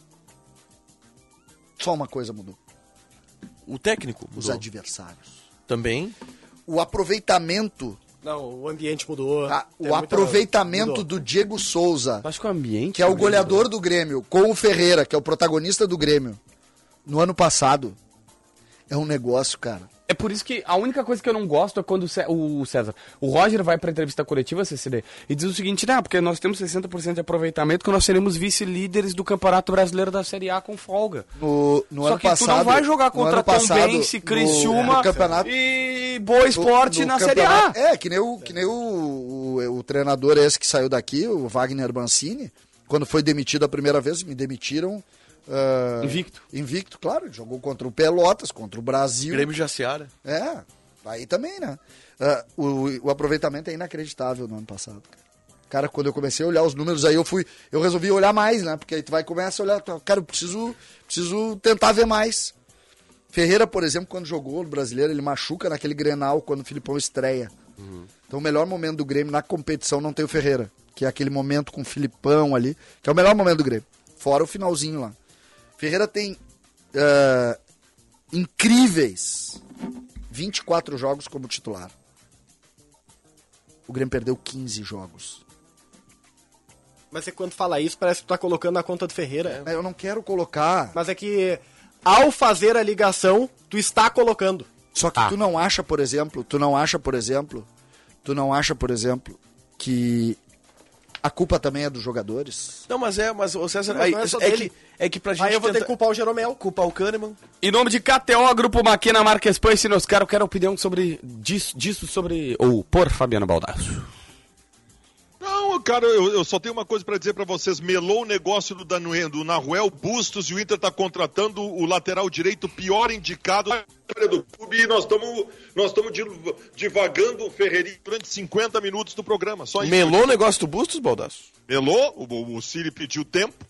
D: Só uma coisa mudou.
C: O técnico
D: Os
C: mudou.
D: adversários.
C: Também.
D: O aproveitamento,
F: Não, o ambiente mudou.
D: tá?
F: Tem
D: o
F: muita-
D: aproveitamento
F: mudou.
D: do Diego Souza,
B: Acho que o ambiente.
D: que é o
B: também
D: goleador do Grêmio, com o Ferreira, que é o protagonista do Grêmio, no ano passado, é um negócio, cara.
B: É por isso que a única coisa que eu não gosto é quando o Cé- o César, o Roger vai pra entrevista coletiva, C C D, e diz o seguinte, né, porque nós temos sessenta por cento de aproveitamento que nós seremos vice-líderes do Campeonato Brasileiro da Série A com folga.
D: No, no
B: Só
D: ano
B: que
D: passado,
B: tu não vai jogar
D: no
B: contra
D: ano passado,
B: Tombense,
D: no-
B: Criciúma
D: no campeonato-
B: e Boa Esporte
D: no
B: na Série A.
D: campeonato- É, que nem, o, que nem o, o, o treinador esse que saiu daqui, o Wagner Mancini, quando foi demitido a primeira vez, me demitiram... ah,
B: Invicto.
D: Invicto, claro. Ele jogou contra o Pelotas, contra o Brasil.
C: Grêmio Jaciara.
D: É, aí também, né? Ah, o, o aproveitamento é inacreditável no ano passado, cara. Cara, quando eu comecei a olhar os números, aí eu fui, eu resolvi olhar mais, né? Porque aí tu vai começa a olhar, tu- cara, eu preciso, preciso tentar ver mais. Ferreira, por exemplo, quando jogou no Brasileiro, ele machuca naquele Grenal quando o Filipão estreia. Então o melhor momento do Grêmio na competição não tem o Ferreira, que é aquele momento com o Filipão ali, que é o melhor momento do Grêmio. Fora o finalzinho lá. Ferreira tem ah, incríveis vinte e quatro jogos como titular. O Grêmio perdeu quinze jogos.
F: Mas é quando fala isso, parece que tu tá colocando na conta do Ferreira.
D: Eu não quero colocar.
F: Mas é que, ao fazer a ligação, tu está colocando.
D: Só que tu não acha, por exemplo, tu não acha, por exemplo, tu não acha, por exemplo, que a culpa também é dos jogadores?
C: Não, mas é, mas o César,
F: Mas
C: aí,
F: não é só
C: é,
F: dele.
C: que, é que pra gente
F: Aí eu vou ter
C: tenta-
F: que culpar o Jeromel.
C: culpar o Kahneman.
B: Em nome de K T O, Grupo Maquena, Marques Pan e Sinos Caro, quero opinião sobre disso, disso sobre ou por Fabiano Baldasso.
E: Não, cara, eu, eu só tenho uma coisa pra dizer pra vocês. Melou o negócio do, Danu- do Naruel Bustos e o Inter tá contratando o lateral direito pior indicado da história do clube e nós estamos nós estamos div- divagando o Ferreirinho durante cinquenta minutos do programa. Só isso.
C: Melou o negócio do Bustos, Baldasso?
E: Melou, o, o Ciri pediu tempo.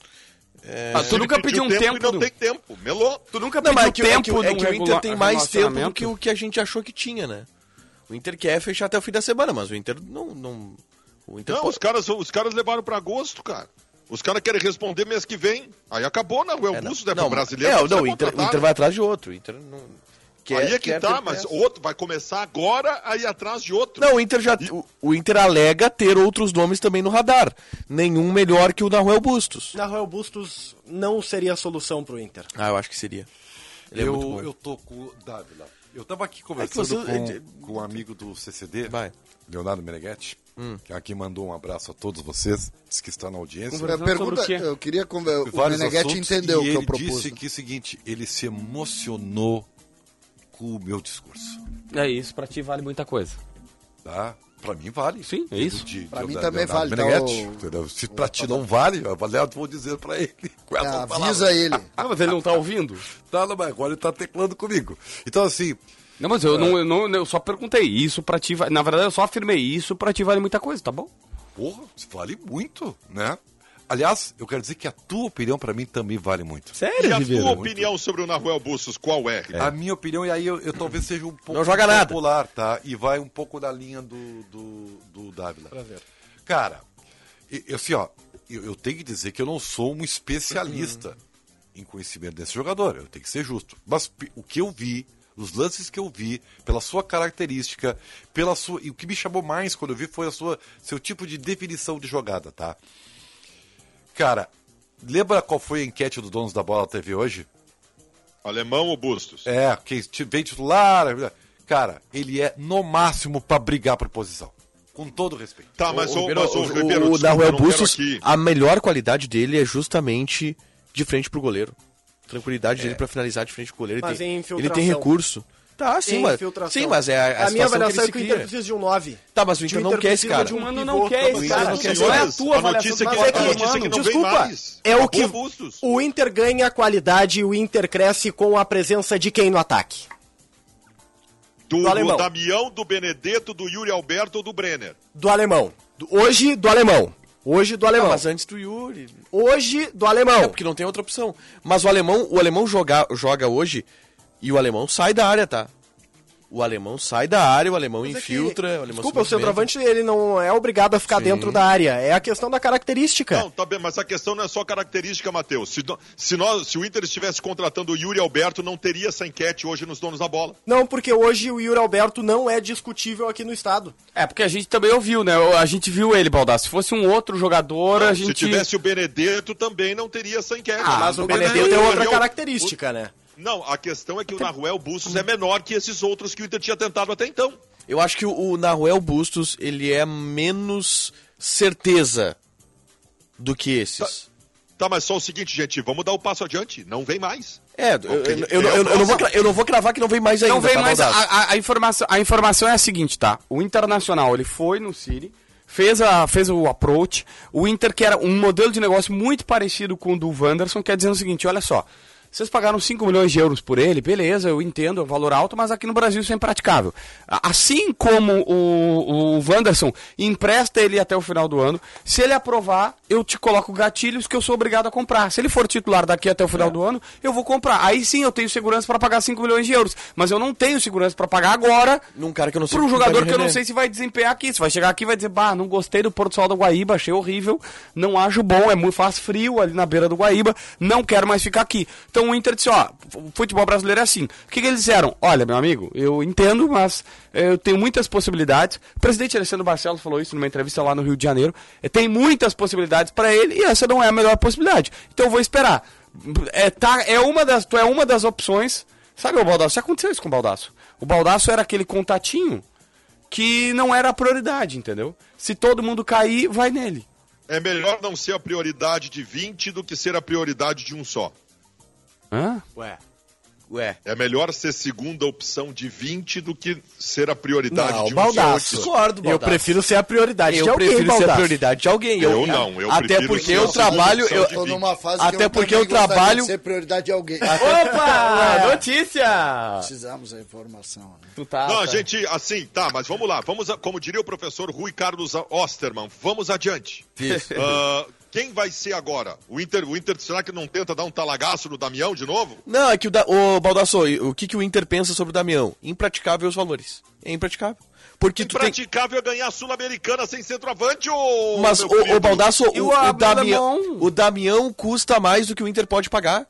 B: Ah, tu
E: Ciri
B: nunca pediu um tempo,
E: e não
B: Du.
E: tem tempo. Melou.
B: Tu nunca
C: Não,
B: pediu
C: mas é que, é
B: tempo
C: que, o- é
B: num
C: que o Inter
B: regula-
C: tem mais tempo do
B: relacionamento?
C: que o que a gente achou que tinha, né? O Inter quer fechar até o fim da semana, mas o Inter não... não o Inter
E: Não,
C: pode-
E: os caras, os caras levaram pra agosto, cara. Os caras querem responder mês que vem. Aí acabou, né? O El
C: É, não,
E: Bustos é
C: não,
E: pro brasileiro.
C: é,
E: precisa
C: não, o Inter, o
E: contratar,
C: Inter
E: né?
C: vai atrás de outro. O Inter não... quer-
E: Aí é que
C: quer
E: tá,
C: ter
E: mas
C: pressa.
E: outro vai começar agora, aí atrás de outro.
C: Não, o Inter já... O, o Inter alega ter outros nomes também no radar. Nenhum melhor que o Naruel Bustos.
F: Naruel Bustos não seria a solução pro Inter.
C: Ah, eu acho que seria. Ele é muito bom.
G: Eu, eu tô com o Dávila. Eu tava aqui conversando
C: você-
G: com, com um amigo do C C D,
C: Vai.
G: Leonardo Meneghetti, que aqui mandou um abraço a todos vocês, diz que está na audiência.
B: Conversando
D: Pergunta,
B: sobre o quê?
D: eu queria conver... o
G: Vários
D: Meneghetti
G: assuntos,
D: entendeu o
G: e
D: que eu
G: ele
D: propus.
G: disse que é o seguinte, ele se emocionou com o meu discurso,
B: É isso, pra ti vale muita coisa.
G: tá? Pra mim vale.
B: Sim, é isso.
G: De,
D: Pra
G: de-
D: mim
G: da-
D: também
G: Leonardo
D: vale, tá,
G: Meneghetti,
D: o-
G: entendeu? Se pra ti não vale, eu vou dizer pra ele. Com
D: É,
G: essa palavra.
D: avisa ele.
B: Ah, mas ele não tá ouvindo?
G: Tá, não, mas agora ele tá teclando comigo. Então, assim,
B: Não, mas eu, não, eu, não, eu só perguntei, isso pra ti, va- na verdade eu só afirmei, isso pra ti vale muita coisa, tá bom?
G: porra, isso vale muito, né? Aliás, eu quero dizer que a tua opinião pra mim também vale muito.
B: Sério,
E: E a
B: Viveiro?
E: tua opinião sobre o Naruel Bustos, qual é?
G: A minha opinião, e aí eu, eu talvez seja um pouco
C: Não joga nada.
G: popular, tá? E vai um pouco da linha do, do, do Dávila. Cara, eu, eu, assim, ó, eu, eu tenho que dizer que eu não sou um especialista em conhecimento desse jogador, eu tenho que ser justo. Mas p- o que eu vi, os lances que eu vi, pela sua característica, pela sua. E o que me chamou mais quando eu vi foi a sua seu tipo de definição de jogada, tá? Cara, lembra qual foi a enquete do Donos da Bola T V hoje?
E: Alemão ou Bustos?
G: É, quem ti- vem titular. Cara, ele é no máximo pra brigar por posição. Com todo respeito.
E: Tá, mas o,
B: Ribeiro,
E: mas o,
B: o-
E: Ribeiro,
C: o
E: desculpa, eu
C: Naruel
E: não quero
C: Bustos,
E: aqui.
C: a melhor qualidade dele é justamente de frente pro goleiro. Tranquilidade dele pra finalizar de frente pro goleiro. Ele
F: Mas
C: tem,
F: em
C: ele
F: infiltração.
C: tem recurso. Tá, sim, mas,
F: infiltração.
C: sim, mas é a, a,
F: a minha
C: situação
F: avaliação
C: que
F: é que o
C: ele
F: Inter
C: se cria.
F: precisa de um nove.
C: Tá, mas o Inter não quer esse cara.
F: De um
B: Mano,
F: pivô
B: não quer
F: pra-
B: esse cara.
C: não quer esse
B: Não é
C: cara.
B: a tua
E: A
B: avaliação,
E: notícia
B: mas
E: que-
B: é
E: a
B: que,
E: notícia
B: mano,
E: que não vem
F: Desculpa,
E: mais.
F: é o
E: Acabou
F: que
E: Bustos.
F: o Inter ganha qualidade e o Inter cresce com a presença de quem no ataque?
E: Do,
F: do
E: do
F: alemão.
E: Damião, do Benedetto, do Yuri Alberto ou do Brenner?
F: Do alemão. Do- Hoje, do alemão. Hoje, do
C: Ah,
F: alemão.
C: mas antes do Yuri.
F: Hoje, do alemão.
C: É, porque não tem outra opção. Mas o alemão, o alemão joga, joga hoje e o alemão sai da área, tá? O alemão sai da área, o alemão
F: Mas é que-
C: infiltra, o alemão
F: Desculpa, o
C: se movimenta.
F: centroavante ele não é obrigado a ficar
C: Sim.
F: dentro da área. É a questão da característica.
E: Não, tá bem, mas a questão não é só característica, Matheus. Se, no- se, nós, se o Inter estivesse contratando o Yuri Alberto, não teria essa enquete hoje nos donos da bola.
F: Não, porque hoje o Yuri Alberto não é discutível aqui no estado.
B: É, porque a gente também ouviu, né? A gente viu ele, Baldassi. Se fosse um outro jogador, a
E: Se
B: gente...
E: tivesse o Benedetto, também não teria essa enquete.
B: Ah,
F: Mas o
B: não
F: Benedetto
B: vai-
F: é outra
E: Eu-
F: característica, né?
E: Não, a questão é que o Naruel Bustos é menor que esses outros que o Inter tinha tentado até então.
C: Eu acho que o, o Naruel Bustos, ele é menos certeza do que esses.
E: Tá, mas só o seguinte, gente, vamos dar o passo adiante. Não vem mais.
C: É, eu,
E: Ok,
C: eu, eu,
E: quem é
C: eu,
E: o
C: eu não vou,
E: próximo?
C: cra- eu não vou cravar que não vem mais ainda.
B: Não vem
C: tá,
B: mais. A,
C: Baldassi?
B: a- a informação, a informação é a seguinte, tá? O Internacional, ele foi no City, fez, a, fez o approach. O Inter, que era um modelo de negócio muito parecido com o do Wanderson, quer dizer o seguinte, olha só. Vocês pagaram cinco milhões de euros por ele, beleza, eu entendo, é um valor alto, mas aqui no Brasil isso é impraticável. A- Assim como o, o Wanderson empresta ele até o final do ano, se ele aprovar, eu te coloco gatilhos que eu sou obrigado a comprar. Se ele for titular daqui até o final do ano, eu vou comprar. Aí sim eu tenho segurança para pagar cinco milhões de euros, mas eu não tenho segurança para pagar agora
C: Num cara que eu não sei
B: para um
C: o que vai
B: jogador
C: me
B: que eu não
C: render.
B: sei se vai desempenhar aqui. Se vai chegar aqui e vai dizer, bah, não gostei do Porto Sol do Guaíba, achei horrível, não acho bom, é muito, faz frio ali na beira do Guaíba, não quero mais ficar aqui. Então o Inter disse, ó, o futebol brasileiro é assim. O que, que eles disseram? Olha, meu amigo, eu entendo, mas eh, eu tenho muitas possibilidades. O presidente Alessandro Barcelos falou isso numa entrevista lá no Rio de Janeiro. Eh, Tem muitas possibilidades para ele e essa não é a melhor possibilidade. Então eu vou esperar. É, tá, é uma das, tu é uma das opções. Sabe o Baldasso? Já aconteceu isso com o Baldasso. O Baldasso era aquele contatinho que não era a prioridade, entendeu? Se todo mundo cair, vai nele.
E: É melhor não ser a prioridade de vinte do que ser a prioridade de um só.
B: Hã?
F: Ué.
C: Ué.
E: É melhor ser segunda opção de vinte do que ser a prioridade
F: Não,
E: de um
F: Baldasso.
E: só.
C: Discordo,
F: Eu
C: Baldasso.
F: prefiro ser a prioridade
C: Eu
F: de alguém,
C: prefiro ser a
F: Baldasso.
C: prioridade de alguém.
E: Eu não, eu
C: Até
E: prefiro
C: porque
E: ser
C: eu
E: a segunda
C: trabalho...
E: opção
C: Eu,
E: de
D: Tô numa fase
C: Até
D: que eu
C: porque
D: também
C: eu
D: gostaria
C: trabalho-
D: de ser prioridade de alguém.
B: Opa! Notícia!
D: Precisamos da informação. Né?
B: Tu tá,
E: Não,
B: tá.
E: gente, assim, tá, mas vamos lá. Vamos, a- como diria o professor Rui Carlos Osterman, vamos adiante. Ah, quem vai ser agora? O Inter, o Inter, será que não tenta dar um talagaço no Damião de novo?
C: Não, é que o, da, o Baldasso, o que, que o Inter pensa sobre o Damião? Impraticável os valores. É impraticável. Porque tu tem...
E: Impraticável é ganhar a Sul-Americana sem centroavante, ô...
C: Mas,
E: meu
C: o,
E: querido?
C: o Baldasso,
B: E
C: o,
B: o
C: o,
B: Abel
C: Damião,
B: Alemão?
C: o Damião custa mais do que o Inter pode pagar.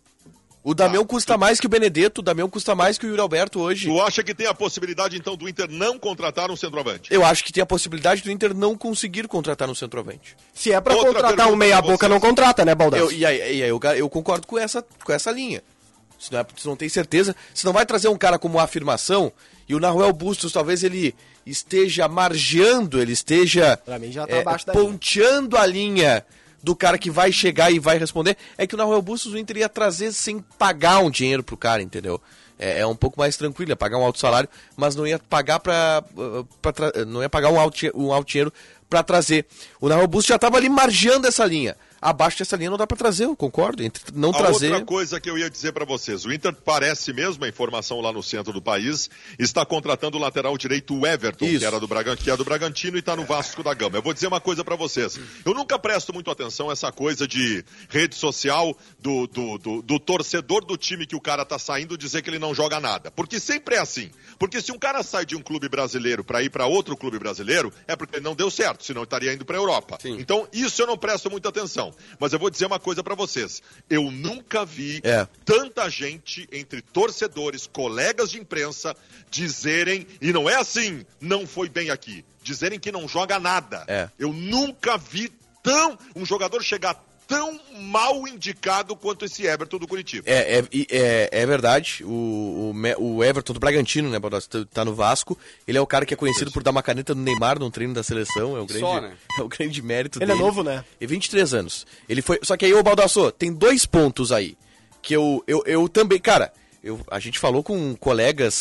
C: O Damião
E: Ah,
C: custa mais que o Benedetto, o Damião custa mais que o Yuri Alberto hoje.
E: Tu acha que tem a possibilidade, então, do Inter não contratar um centroavante?
C: Eu acho que tem a possibilidade do Inter não conseguir contratar no centroavante.
F: Se é pra
E: Outra
F: contratar
E: pergunta
F: um meia-boca,
E: pra vocês.
F: não contrata, né, Baldasso?
C: Eu, e aí, e aí eu, eu concordo com essa, com essa linha. Se não, é, se não tem certeza, se não vai trazer um cara como afirmação, e o Naruel Bustos talvez ele esteja margeando, ele esteja
F: Pra mim já tá abaixo da
C: ponteando a linha do cara que vai chegar e vai responder, é que o Naruel Bustos o Inter ia trazer sem pagar um dinheiro pro cara, entendeu? É, é um pouco mais tranquilo, ia pagar um alto salário, mas não ia pagar pra, pra tra- não ia pagar um alto, um alto dinheiro pra trazer. O Naruel Bustos já tava ali margeando essa linha. Abaixo dessa linha não dá pra trazer, eu concordo. Entre não
E: A
C: trazer.
E: outra coisa que eu ia dizer pra vocês, o Inter parece mesmo, a informação lá no centro do país, está contratando o lateral direito o Everton,
C: Isso.
E: que era do Bragan, que é do Bragantino e está no Vasco da Gama. Eu vou dizer uma coisa pra vocês, eu nunca presto muito atenção a essa coisa de rede social do, do, do, do torcedor do time que o cara tá saindo dizer que ele não joga nada, porque sempre é assim. Porque se um cara sai de um clube brasileiro pra ir pra outro clube brasileiro, é porque ele não deu certo, senão ele estaria indo pra Europa.
B: Sim.
E: Então, isso eu não presto muita atenção. Mas eu vou dizer uma coisa pra vocês. Eu nunca vi
C: É.
E: tanta gente entre torcedores, colegas de imprensa, dizerem, e não é assim, não foi bem aqui, dizerem que não joga nada.
C: É.
E: Eu nunca vi tão um jogador chegar tão mal indicado quanto esse Everton do Curitiba.
C: É, é, é, é verdade, o, o, Me- o Everton do Bragantino, né, Baldasso, tá- tá no Vasco, ele é o cara que é conhecido por dar uma caneta no Neymar num treino da seleção, é o grande,
B: Só, né?
C: é o grande mérito
F: Ele
C: dele.
F: é novo, né?
C: E vinte e três anos. Ele foi, só que aí, ô Baldasso, tem dois pontos aí, que eu, eu, eu também, cara, eu, a gente falou com colegas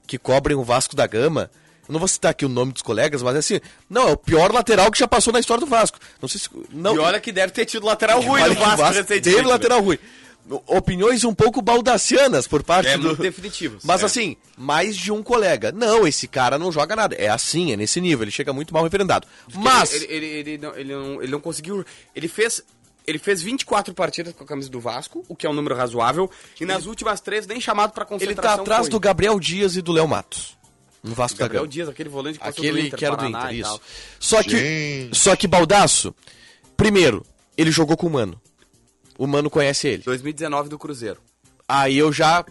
C: que cobrem o Vasco da Gama. Eu não vou citar aqui o nome dos colegas, mas assim, não, é o pior lateral que já passou na história do Vasco. Não sei se. Não,
B: E olha que deve ter tido lateral ruim
C: olha
B: no
C: que
B: Vasco,
C: o Vasco
B: recentemente,
C: teve lateral ruim. Opiniões um pouco baldacianas por parte
B: É,
C: do...
B: muito definitivos.
C: Mas
B: É.
C: assim, mais de um colega. Não, esse cara não joga nada. É assim, é nesse nível. Ele chega muito mal referendado. Mas...
B: Ele, ele, ele, ele não, ele, não, ele não conseguiu... Ele fez... Ele fez vinte e quatro partidas com a camisa do Vasco, o que é um número razoável, e nas últimas três nem chamado pra
C: Ele
B: concentração
C: tá atrás
B: foi.
C: do Gabriel Dias e do Léo Matos. No Vasco da
B: Gabriel
C: Gama.
B: Dias, aquele volante que passou
C: Aquele
B: do Inter,
C: que era do
B: Paraná
C: Inter,
B: e
C: isso.
B: tal.
C: Só que,
E: Gente.
C: só que Baldaço, primeiro, ele jogou com o Mano. O Mano conhece ele.
B: dois mil e dezenove do Cruzeiro.
C: Aí eu já...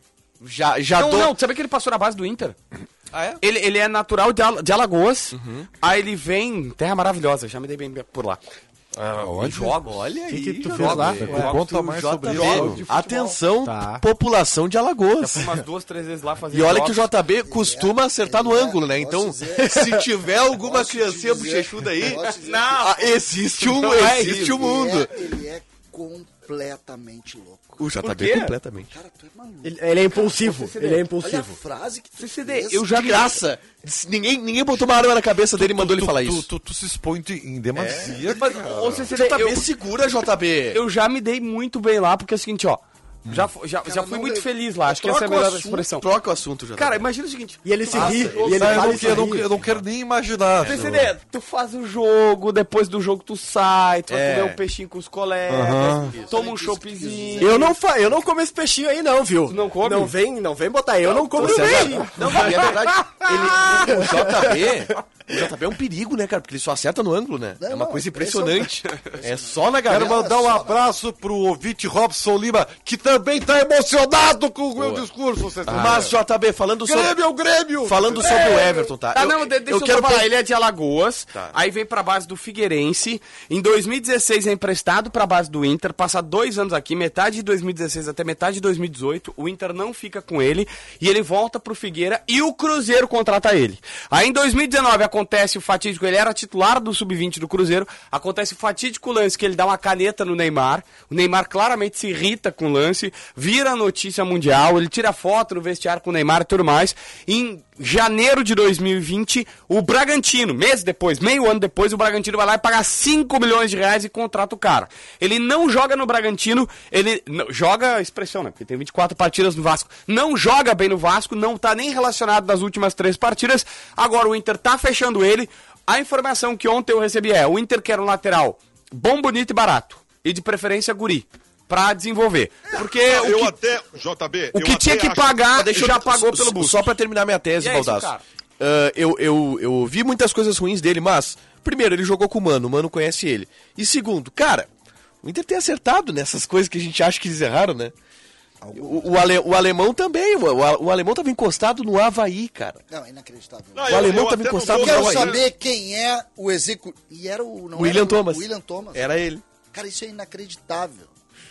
C: Já, já
B: Não,
C: dou...
B: não, sabe que ele passou na base do Inter?
C: Ah, é?
B: Ele, ele é natural de, Al- de Alagoas, aí ele vem... Terra maravilhosa, já me dei bem por lá.
G: Ah, onde?
B: Joga, olha aí.
F: que tu
B: joga,
F: fez lá?
B: joga.
G: Conta mais sobre
C: J B,
G: isso.
C: atenção,
F: Tá.
C: população de Alagoas.
B: Fui umas duas, três vezes lá fazer
C: E olha que o
B: jogos.
C: J B costuma acertar no
D: ele é,
C: ângulo, né?
D: posso
C: Então,
D: dizer-
C: se tiver alguma
D: Posso te
C: criancinha
D: dizer-
C: bochechuda aí,
D: posso dizer
C: ah, existe um,
B: não é
C: existe
B: isso.
C: um mundo.
D: que Ele é, ele é completamente louco.
C: O J
B: Por
C: B
B: quê?
C: completamente.
D: Cara, tu é maluco.
F: Ele, ele é impulsivo. Ele é
D: Olha a
F: impulsivo.
D: frase que tu
B: C C D,
D: fez.
B: eu já
C: De graça. Ninguém, ninguém botou uma arma na cabeça dele e mandou ele
G: tu,
C: falar
G: tu,
C: isso.
G: Tu, tu se expõe em demasia,
B: Mas,
G: cara.
B: ô, C C D,
C: J B
B: eu,
C: segura, J B.
B: eu já me dei muito bem lá, porque é o seguinte, ó. Já, fo- já, já fui
D: não
B: muito
D: le-
B: feliz lá, acho que essa é a
C: Troca o
B: melhor
C: assunto,
B: expressão.
C: Troca o assunto, J B.
B: Cara, imagina o seguinte.
F: E ele se
B: Nossa,
F: ri.
B: eu-
F: E ele
G: Ah, eu,
F: fala
G: não,
F: e se
G: quero- eu, não,
F: ri.
G: eu não quero nem imaginar.
B: C C D, tu faz o jogo, depois do jogo tu sai, tu vai
C: É.
B: comer um peixinho com os colegas, toma um choppzinho.
F: Eu não, fa eu não como esse peixinho aí não, viu?
B: Tu não come?
F: Não vem, não vem botar. Eu não como esse
C: Você é
F: peixinho.
C: verdade. Não, mas é verdade. Ele, o J B, o J B é um perigo, né, cara? Porque ele só acerta no ângulo, né?
D: Não,
C: é uma
D: não,
C: coisa
D: impressionante.
C: impressionante. É só na
G: Quero
C: galera.
G: mandar um abraço pro ouvinte Robson Lima, que também tá emocionado com o meu discurso. Você
C: Mas, J B, falando sobre...
G: Grêmio é o Grêmio!
C: Falando sobre o Everton, tá?
B: Tá,
C: Eu-
B: não, de- deixa eu,
C: eu quero
B: só falar,
C: pe-
B: ele é de Alagoas,
C: Tá.
B: aí vem pra base do Figueirense, em dois mil e dezesseis é emprestado pra base do Inter, passa dois anos aqui, metade de dois mil e dezesseis até metade de dois mil e dezoito, o Inter não fica com ele, e ele volta pro Figueira e o Cruzeiro contrata ele. Aí em dois mil e dezenove acontece o fatídico, ele era titular do sub vinte do Cruzeiro, acontece o fatídico lance que ele dá uma caneta no Neymar, o Neymar claramente se irrita com o lance, vira notícia mundial, ele tira foto no vestiário com o Neymar e tudo mais. Em janeiro de dois mil e vinte, o Bragantino, mês depois, meio ano depois, o Bragantino vai lá e paga cinco milhões de reais e contrata o cara. Ele não joga no Bragantino, ele não, joga, expressão, né? Porque tem vinte e quatro partidas no Vasco. Não joga bem no Vasco, não tá nem relacionado nas últimas três partidas. Agora o Inter tá fechando ele. A informação que ontem eu recebi é, o Inter quer um lateral bom, bonito e barato. E de preferência guri. Pra desenvolver. Porque o
E: Eu
B: que,
E: até, J B,
B: o
E: eu
B: que
E: até
B: tinha que
E: acho-
B: pagar
C: Deixa eu-
B: já pagou
C: só-
B: pelo busto.
C: Só pra terminar minha tese,
B: E é isso,
C: Baldasso.
B: cara.
C: Ah, eu, eu, eu vi muitas coisas ruins dele, mas, primeiro, ele jogou com o Mano, o Mano conhece ele. E segundo, cara, o Inter tem acertado nessas coisas que a gente acha que eles erraram, né? O, o, ale, o alemão também, o, o, o alemão tava encostado no Havaí, cara.
D: Não, é inacreditável.
E: Não,
C: O
E: eu-
C: alemão
E: eu
C: tava
E: até não
C: encostado
E: vou-
C: no
D: Quero
C: Havaí.
D: saber quem é o executivo. E era o. Não
C: William
D: era
C: Thomas.
D: O William Thomas.
C: Era ele.
D: Cara, isso é inacreditável.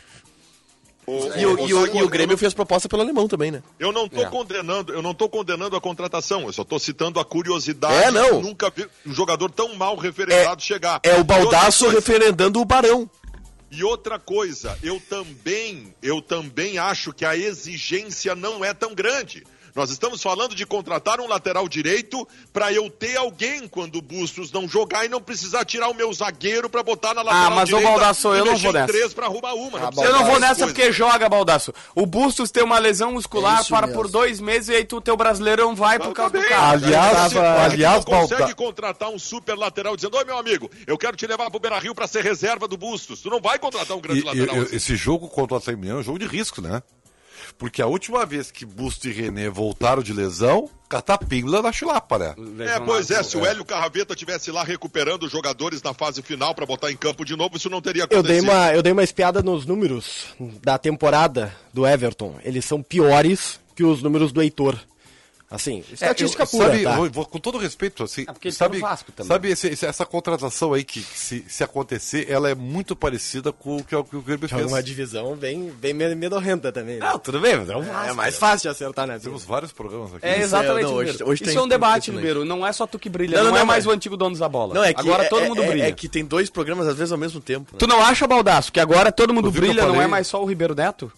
E: O-
C: E, o,
E: o-
C: e, o,
E: Saco,
C: e o Grêmio
E: eu
C: fez proposta pelo alemão também, né?
E: não- Eu não tô
B: É.
E: condenando, eu não tô condenando a contratação, eu só tô citando a curiosidade.
C: É, não.
E: de Nunca vi um jogador tão mal referendado chegar.
C: É o
E: E outra
C: Baldasso
E: coisa-
C: referendando o Barão.
E: E outra coisa, eu também, eu também acho que a exigência não é tão grande. Nós estamos falando de contratar um lateral direito para eu ter alguém quando o Bustos não jogar e não precisar tirar o meu zagueiro para botar na lateral
B: Ah, mas, ô,
E: direita.
B: Baldasso, eu
E: e
B: não
E: mexer
B: vou
E: em
B: nessa.
E: três para arrumar uma. Não
D: Ah,
E: precisa
B: Eu não vou
E: mais
B: nessa
E: coisa.
B: porque joga, Baldasso. O Bustos tem uma lesão muscular,
D: É isso
B: para
D: mesmo.
B: por dois meses e aí tu, teu brasileirão vai por
E: Mas
B: causa
E: tá
B: do
E: bem.
B: cara.
G: Aliás,
E: Você-
G: aliás,
E: tu não consegue
G: Balda-
E: contratar um super lateral dizendo, oi meu amigo, eu quero te levar pro Beira-Rio para ser reserva do Bustos. Tu não vai contratar um grande
G: E- e-
E: lateral.
G: e-
E: assim.
G: esse jogo contra o Atlético Mineiro é um jogo de risco, né? Porque a última vez que Busto e René voltaram de lesão, catapimba na chulapa, né?
E: É, pois é, se o Hélio Carraveta tivesse lá recuperando os jogadores na fase final para botar em campo de novo, isso não teria
F: Eu
E: acontecido.
F: dei, uma, eu dei uma espiada nos números da temporada do Everton. Eles são piores que os números do Heitor. Assim, estatística
G: É, eu-
F: pura,
G: sabe,
F: tá?
G: vou- vou- com todo respeito, assim,
B: É porque ele tá
G: sabe,
B: no Vasco também.
G: sabe esse- esse- essa contratação aí que, que se, se acontecer, ela é muito parecida com o que, o que o Grêmio
F: Joga
G: fez.
F: uma divisão bem, bem me- medorrenta também. Né?
B: Não, tudo bem, mas é um Vasco.
F: É mais fácil de acertar, né?
G: Temos vários programas aqui.
B: É exatamente,
C: não, hoje-
B: Ribeiro.
C: hoje
B: Isso
C: tá
B: é um debate,
C: impressionante.
B: Ribeiro. Não é só tu que brilha,
C: Não,
B: não,
C: não,
B: é
C: não,
B: mais
C: mas-
B: o antigo dono da bola.
C: Não, é que,
B: agora
C: é,
B: todo
C: é-
B: mundo
C: é-
B: brilha.
C: É que tem dois programas, às vezes, ao mesmo tempo. né?
B: Tu não acha, Baldasso, que agora todo mundo
G: Ouviu o que
B: brilha,
G: eu
B: não é
G: falei?
B: mais só o Ribeiro Neto?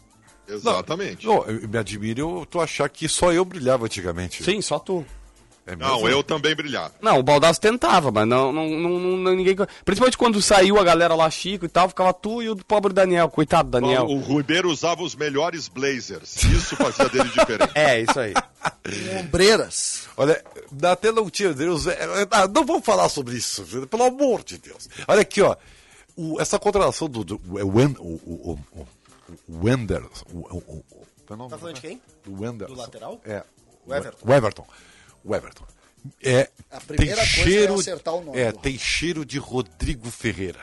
E: Exatamente.
G: Não, eu me admiro eu tu achar que só eu brilhava antigamente.
B: Sim, só tu.
G: É
E: Não,
G: mesmo?
E: eu também brilhava.
B: Não, o Baldasso tentava, mas não, não, não, não- ninguém... Principalmente quando saiu a galera lá, Chico e tal, ficava tu e o pobre Daniel, coitado do Daniel.
E: O Ribeiro usava os melhores blazers. Isso fazia dele diferente.
B: É, isso aí.
D: Ombreiras.
G: Olha, até não tinha Deus. é, é, ah, Não vamos falar sobre isso, pelo amor de Deus. Olha aqui, ó. O- essa contratação do. do o, Wen- o, o, o, o Wenders. O, o, o, qual é o nome?
F: Tá falando de quem?
G: Do Wenders.
F: Do lateral?
G: É.
F: O Everton.
G: O Everton. O Everton. É,
D: A primeira
G: tem
D: coisa
G: cheiro,
D: é acertar o nome
G: É,
D: do-
G: tem cheiro de Rodrigo Ferreira.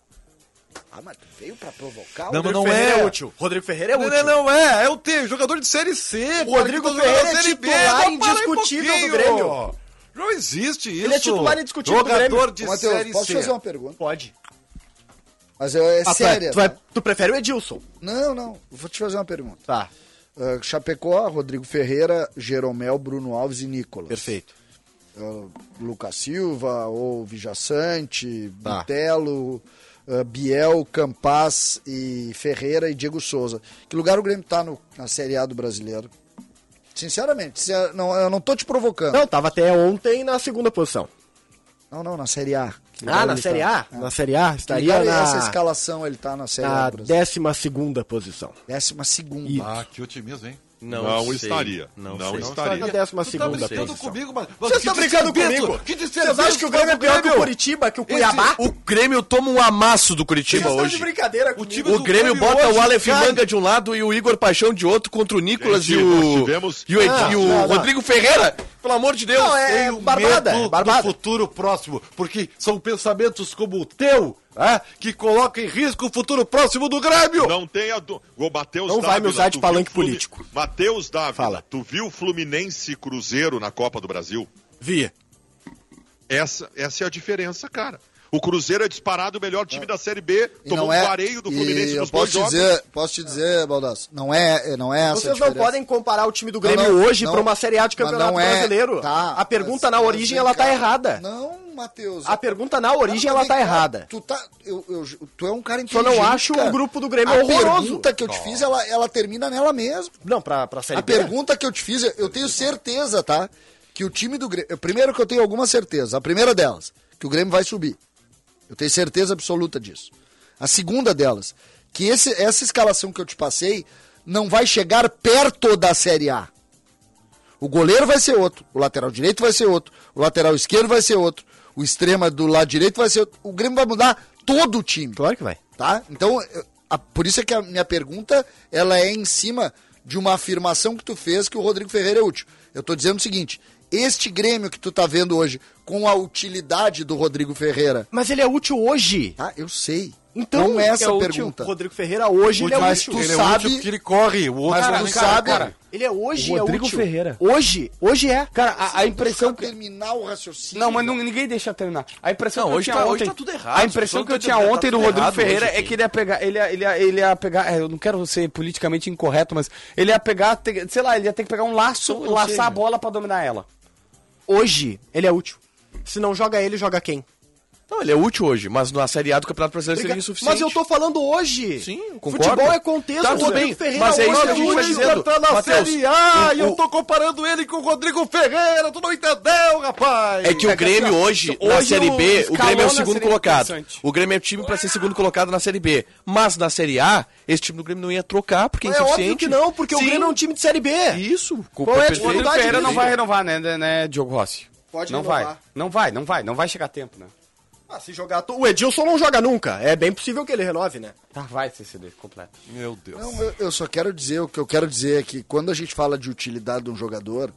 D: Ah, mas tu veio pra provocar?
G: Não,
D: o
G: mas
F: Rodrigo
G: não
F: Ferreira
G: é.
F: é útil. Rodrigo Ferreira é
G: Não,
F: útil.
G: não, não é. É o T, jogador de Série C.
F: O Rodrigo
G: cara, que
F: Ferreira
G: jogou
F: é
G: na Série B.
F: titular
G: Não, para aí um
F: indiscutível do
G: pouquinho.
F: Grêmio.
G: Não existe isso.
F: Ele é titular indiscutível do
G: Jogador
F: Grêmio.
G: de
D: Ô, Matheus,
G: Série
D: posso
G: C.
D: fazer uma pergunta?
F: Pode.
D: Mas é, é
F: Ah, tu, vai-
D: séria.
F: tu, vai-
D: tá?
F: tu prefere o Edilson?
D: Não, não. Vou te fazer uma pergunta.
F: Tá,
D: Uh, Chapecó, Rodrigo Ferreira, Jeromel, Bruno Alves e Nicolas.
F: perfeito.
D: Uh, Lucas Silva, ou Vijaçante,
F: Tá.
D: Bitelo, uh, Biel, Campaz e Ferreira e Diego Souza. Que lugar o Grêmio tá no, na Série A do Brasileiro? Sinceramente, se é- não, eu não tô te provocando.
F: Não, tava até ontem na segunda posição.
D: Não, não, na Série A. Que lugar
F: Ah, na
D: ele
F: Série
D: tá?
F: A? Na Série A
D: Que
F: estaria
D: lugar é essa
F: na,
D: escalação ele tá na Série A
F: na
D: do Brasil?
F: décima segunda posição.
D: Décima segunda.
F: Isso.
G: Ah, que otimismo, hein?
E: Não
C: sei.
E: estaria.
C: Não,
E: Não
C: sei.
E: estaria.
F: Na décima
G: Tu tá
F: segunda
G: brincando
F: posição.
G: comigo, mas...
F: Vocês estão brincando comigo?
G: Que
F: Vocês acham que o Grêmio é pior que o Curitiba, que o Cuiabá?
C: O Grêmio toma um amasso do
F: Vocês
C: Curitiba
F: estão de
C: hoje.
F: brincadeira
G: O
F: comigo.
G: time
C: O
G: do
C: Grêmio
G: Grêmio
C: bota
G: hoje
C: o Aleph
G: cai.
C: Manga de um lado e o Igor Paixão de outro contra o Nicolas
E: Gente,
C: e
E: nós
C: o,
E: tivemos-
C: e o, Ed-
F: Ah,
C: e o
F: não, não.
C: Rodrigo Ferreira. Pelo amor de Deus.
F: Não, é
G: Tenho
F: barbada,
G: medo
F: é barbada.
G: do futuro próximo, porque são pensamentos como o teu, ah, que colocam em risco o futuro próximo do Grêmio.
E: Não tenha do... O Matheus
F: Não vai me usar de
E: tu
F: palanque
E: viu o Flumi-
F: político.
E: Matheus Dávila,
F: Fala.
E: tu viu o Fluminense e Cruzeiro na Copa do Brasil?
F: Via.
E: Essa, essa é a diferença, cara. O Cruzeiro é disparado o melhor time da Série B,
D: E
E: tomou
D: não
E: um
D: é-
E: vareio do
D: e
E: Fluminense
D: eu
E: nos
D: posso
E: dois
D: te
E: jogos.
D: dizer, posso te dizer, Baldasso, não é, não é essa a
F: Vocês não
D: diferença.
F: podem comparar o time do
D: Não,
F: Grêmio
D: não,
F: hoje
D: não.
F: para uma Série A de
D: Mas
F: Campeonato
D: não é-
F: Brasileiro.
D: tá,
F: a pergunta
D: mas-
F: na
D: mas
F: origem,
D: vem
F: ela tá
D: cá.
F: errada.
D: Não, Matheus.
F: A pergunta na origem,
D: Não,
F: ela
D: mas
F: tá
D: vem cá,
F: errada.
D: Tu, tá, eu, eu- tu é um cara
F: Só
D: inteligente,
F: não acho
D: cara.
F: o grupo do Grêmio
D: a
F: horroroso.
D: pergunta que eu te fiz, ela, ela termina nela mesmo.
F: Não, pra, pra Série
D: A
F: B.
D: pergunta que eu te fiz, eu tenho certeza, tá? Que o time do Grêmio... Primeiro que eu tenho alguma certeza. A primeira delas, que o Grêmio vai subir. Eu tenho certeza absoluta disso. A segunda delas, que esse, essa escalação que eu te passei não vai chegar perto da Série A. O goleiro vai ser outro, o lateral direito vai ser outro, o lateral esquerdo vai ser outro, o extrema do lado direito vai ser outro. O Grêmio vai mudar todo o time.
F: Claro que vai.
D: Tá? Então, eu- a- por isso é que a minha pergunta ela é em cima de uma afirmação que tu fez que o Rodrigo Ferreira é útil. Eu tô dizendo o seguinte, este Grêmio que tu tá vendo hoje, com a utilidade do Rodrigo Ferreira,
F: Mas ele é útil hoje.
D: tá? Eu sei.
F: Então,
D: não é essa
F: é
D: a
F: útil.
D: pergunta.
F: O Rodrigo Ferreira hoje ele é
D: Mas
F: útil.
D: tu
G: Ele é
D: sabe-
G: útil porque ele corre, o outro
D: Mas
G: não
D: tu
G: tem
D: sabe...
B: cara.
F: Ele é hoje
B: O
F: é
B: Rodrigo
F: útil.
B: Ferreira.
F: Hoje, hoje é.
B: Cara, a, a impressão
D: Deixa eu
B: que...
D: terminar o raciocínio.
B: Não, mas não- ninguém deixa terminar. A impressão
C: Não,
B: que eu
C: hoje
B: tinha
C: tá-
B: ontem...
C: hoje tá tudo errado.
B: A impressão
C: As
B: que eu
C: pessoas
B: tinha
C: tão
B: ontem do
C: interpretando
B: Rodrigo
C: errado
B: Ferreira
C: hoje
B: é
C: aqui.
B: que ele ia pegar... Ele ia, ele, ia, ele ia pegar... é, Eu não quero ser politicamente incorreto, mas... Ele ia pegar... te- Sei lá, ele ia ter que pegar um laço,
F: Não
B: laçar
F: seja.
B: a bola pra dominar ela.
F: Hoje, ele é útil. Se não joga ele, joga quem?
C: Não, ele é útil hoje, mas na Série A do Campeonato Brasileiro seria insuficiente.
F: Mas eu tô falando hoje.
C: Sim, eu concordo.
F: Futebol é contexto.
C: Tá,
F: o
C: tudo
F: Rodrigo
C: bem,
F: Ferreira
C: mas é isso
F: hoje
C: que a gente vai
F: útil.
C: dizendo.
G: tá na
C: Matheus,
G: Série A
C: o-
G: e eu
C: o-
G: tô comparando ele com o Rodrigo Ferreira, tu não entendeu, rapaz?
C: É que o Grêmio hoje, na
B: hoje
C: Série
B: o
C: B, o
B: escalona
C: Grêmio é o segundo
B: seria
C: colocado.
B: interessante.
C: O Grêmio é o time pra ser segundo colocado na Série B. Mas na Série A, esse time do Grêmio não ia trocar, porque é
F: É óbvio
C: insuficiente.
F: que não, porque o
C: Sim.
F: Grêmio é um time de Série B.
C: Isso.
F: Qual é a
B: O
C: perfeito.
B: Rodrigo
F: dificuldade
B: Ferreira não
F: disso?
B: vai renovar, né, né, né, Diogo Rossi?
F: Pode
B: não
F: renovar.
B: vai. Não vai, não vai. Não vai chegar tempo, né?
F: Ah, se jogar... to- O Edilson não joga nunca. É bem possível que ele renove, né?
B: Tá, vai C C D completo.
G: Meu Deus.
D: Não, eu, eu só quero dizer, o que eu quero dizer é que quando a gente fala de utilidade de um jogador,